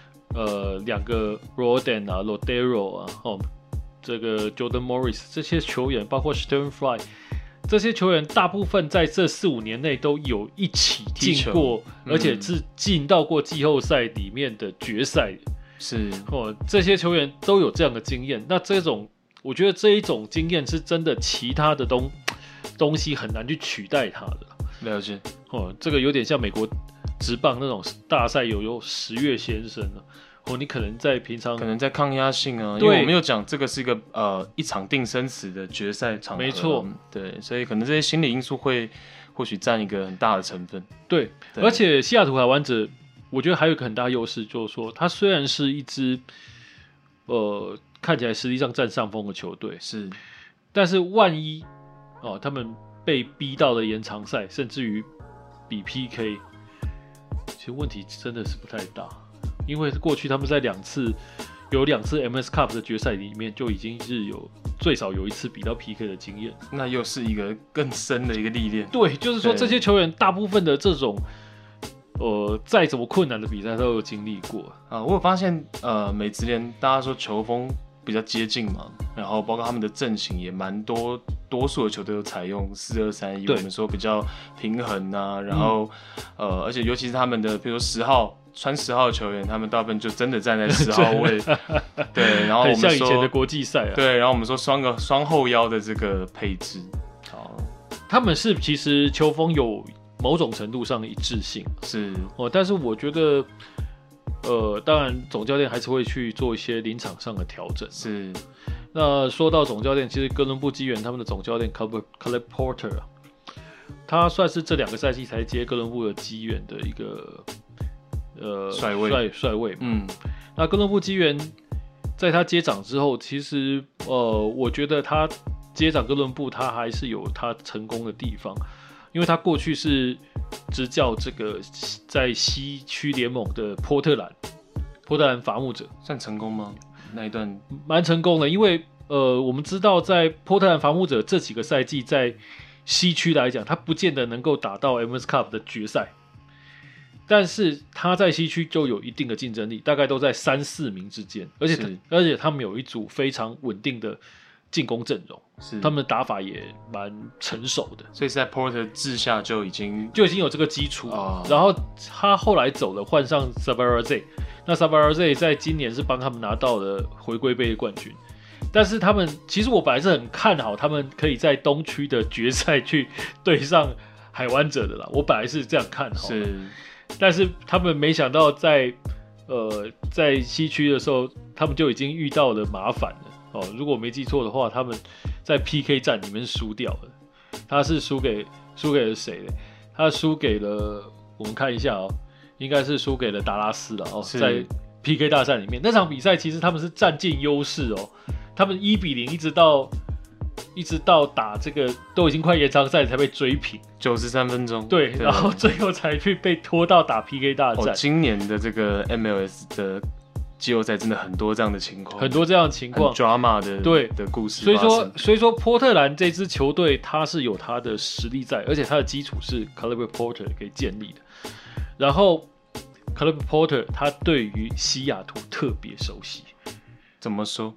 2个 Roldan 啊 Lodero 啊哦，这个 Jordan Morris 这些球员，包括 Sternfly 这些球员，大部分在这4-5年内都有一起进过，而且是进到过季后赛里面的决赛。 是哦，这些球员都有这样的经验。那我觉得这一种经验是真的，其他的东西很难去取代它的。 了解哦，这个有点像美国职棒那种大赛有10月先生啊。哦，你可能在平常可能在抗压性啊，因为我们有讲这个是一个一场定生死的决赛场合， 没错， 对，所以可能这些心理因素或许占一个很大的成分。 对，而且西雅图海湾者，我觉得还有一个很大优势，就是说它虽然是一支看起来实际上占上风的球队， 是， 但是万一他们被逼到了延长赛，甚至于比 PK， 其实问题真的是不太大。因为过去他们在2次 MS Cup 的决赛里面就已经是最少有1次比到 PK 的经验， 那又是一个更深的一个历练。 对，就是说这些球员大部分的这种再怎么困难的比赛都有经历过啊。我有发现美职联大家说球风比较接近嘛，然后包括他们的阵型也蛮多数的球队都采用4-2-3-1，我们说比较平衡啊，然后而且尤其是他们的比如说穿10号的球员，他们大部分就真的站在10号位，对，然后我们说很像以前的国际赛啊， 对，然后我们说双后腰的这个配置，好， 他们是其实球风有某种程度上的一致性， 是但是我觉得当然总教练还是会去做一些临场上的调整， 是。 那说到总教练，其实哥伦布机员他们的总教练 Caleb Porter 啊，他算是这2个赛季才接哥伦布的机员的一个帅位，那哥伦布机员在他接掌之后，其实我觉得他接掌哥伦布，他还是有他成功的地方，因为他过去是执教这个在西区联盟的波特兰伐木者， 算成功吗？那一段蛮成功的，因为我们知道在波特兰伐木者这几个赛季在西区来讲，他不见得能够打到 MLS Cup 的决赛。但是他在西区就有一定的竞争力，大概都在3-4名之间，而且他们有一组非常稳定的进攻阵容，他们的打法也蛮成熟的， 所以是在 Porter 治下就已经有这个基础。然后他后来走了，换上 Sabarazay， 那 Sabarazay 在今年是帮他们拿到了回归杯的冠军。但是他们其实我本来是很看好他们可以在东区的决赛去对上海湾者的啦，我本来是这样看好的。是。但是他们没想到在西区的时候，他们就已经遇到了麻烦了如果我没记错的话，他们在 PK 战里面输掉了。他是输给了谁呢？他输给了我们看一下应该是输给了达拉斯了在 PK 大战里面，那场比赛其实他们是占尽优势他们1-0一直到打这个都已经快延长赛才被追平 93分钟， 对，然后最后才去被拖到打 PK 大战。 今年的这个 MLS 的季后赛真的很多这样的情况， 很多这样的情况， 很 drama 的故事。 所以说波特兰这支球队它是有它的实力在，而且它的基础是 Caleb Porter 可以建立的。然后 Caleb Porter 他对于西雅图特别熟悉。 怎么说？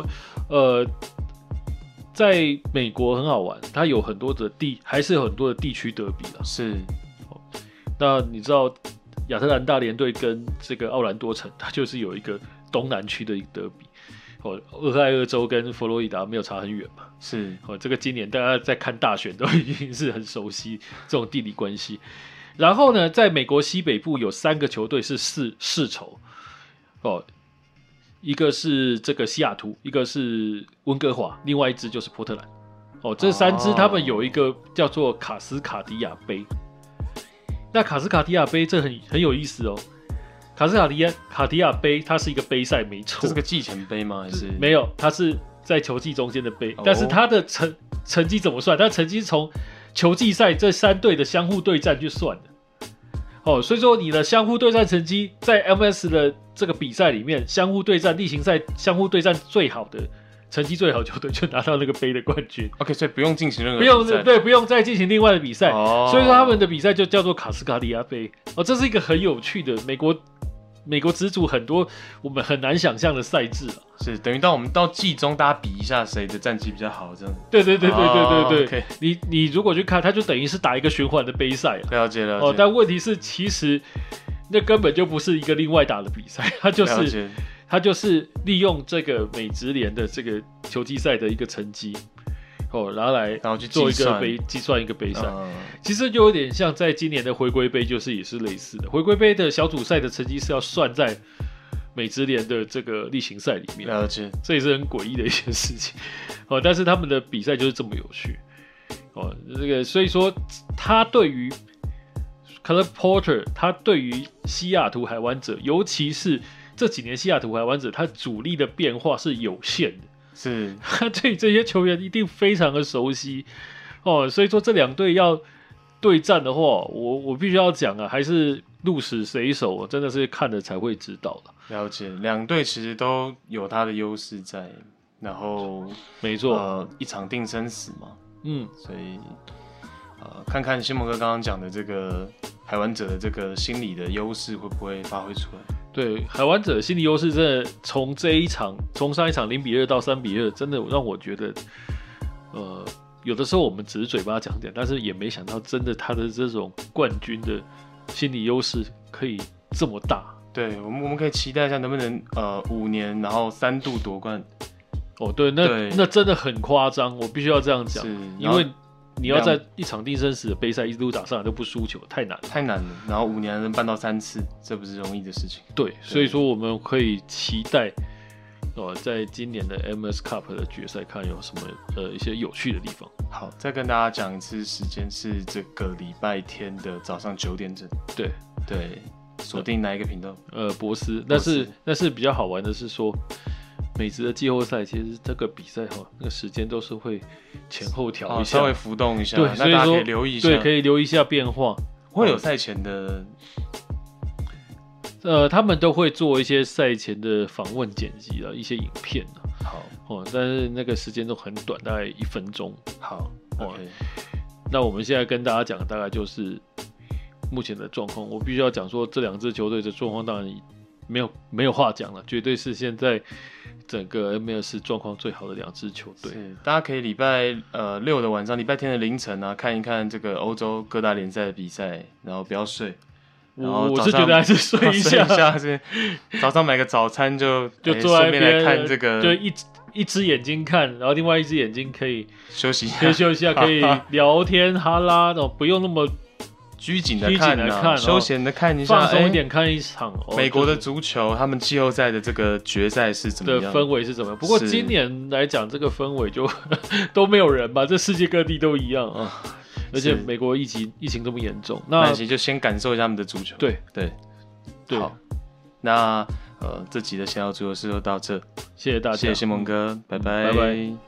在美国很好玩，它有很多的还是有很多的地区德比啦。 是， 那你知道亚特兰大联队跟这个奥兰多城，它就是有一个东南区的一个德比。俄亥俄州跟佛罗里达没有差很远嘛。 是， 这个今年大家在看大选都已经是很熟悉这种地理关系。然后呢，在美国西北部有3个球队是世仇一个是这个西雅图，一个是温哥华，另外一支就是波特兰。这3支他们有一个叫做卡斯卡迪亚杯。那卡斯卡迪亚杯这很有意思哦。卡斯卡迪亚杯它是一个杯赛，没错。 这是个季前杯吗？还是没有？它是在球季中间的杯，但是它的成绩怎么算？它成绩从球季赛这3队的相互对战去算的。所以说你的相互对战成绩在 MLS 的这个比赛里面，相互对战例行赛相互对战最好的成绩最好球队就拿到那个杯的冠军。 OK， 所以不用进行任何比赛， 不用再进行另外的比赛。所以说他们的比赛就叫做卡斯卡迪亚杯。这是一个很有趣的美国职足很多我们很难想象的赛制是等于我们到季中大家比一下谁的战绩比较好这样。 对。Okay. 你如果去看，它就等于是打一个循环的杯赛了解。 但问题是，其实那根本就不是一个另外打的比赛，它就是利用这个美职联的这个球季赛的一个成绩。然后去做一个计算一个杯赛，其实就有点像在今年的回归杯，也是类似的。回归杯的小组赛的成绩是要算在美职联的这个例行赛里面， 了解， 这也是很诡异的一件事情。但是他们的比赛就是这么有趣。这个所以说他对于 Caleb Porter， 他对于西雅图海湾者，尤其是这几年西雅图海湾者，他主力的变化是有限的。 是他对这些球员一定非常的熟悉所以说这2队要对战的话，我必须要讲还是鹿死谁手，真的是看了才会知道的。 了解，2队其实都有他的优势在，然后没错， 一场定生死嘛，所以看看新蒙哥刚刚讲的这个海湾者的这个心理的优势会不会发挥出来。 对，海湾者的心理优势真的从上一场0-2到3-2，真的让我觉得，有的时候我们只是嘴巴讲讲，但是也没想到真的他的这种冠军的心理优势可以这么大。 对，我们可以期待一下能不能5年然后3度夺冠。 对，那真的很夸张，我必须要这样讲，因为你要在一场定生死的杯赛一路打上来都不输球，太难了。 然后5年能办到3次，这不是容易的事情。 对，所以说我们可以期待在今年的 MLS Cup 的决赛看有什么一些有趣的地方。 好，再跟大家讲一次，时间是这个礼拜天的早上9点整。对，锁定哪一个频道？ 博斯。但是比较好玩的是说，美职的季后赛其实这个比赛那个时间都是会前后调一下， 稍微浮动一下。 对， 那大家可以留意一下。 对，可以留意一下变化。 会有赛前的， 他们都会做一些赛前的访问剪辑一些影片好， 但是那个时间都很短，大概1分钟。 好，OK。 那我们现在跟大家讲，大概就是目前的状况。我必须要讲说，这2支球队的状况当然没有话讲了，绝对是现在整个 MLS 状况最好的2支球队。 大家可以礼拜6的晚上，礼拜天的凌晨看一看这个欧洲各大联赛的比赛，然后不要睡。 我是觉得还是睡一下， 是早上买个早餐就坐在那边来看这个， 就一只眼睛看，然后另外一只眼睛可以休息一下，可以聊天哈拉，不用那么拘谨的看，休闲的看一下， 放松一点看一场美国的足球，他们季后赛的这个决赛是怎么样的氛围是怎么样？不过今年来讲，这个氛围就都没有人吧，这世界各地都一样而且美国疫情这么严重，那就先感受一下他们的足球。对，好，那这集的闲聊足球室就到这， 谢谢大家， 谢谢新蒙哥，拜拜。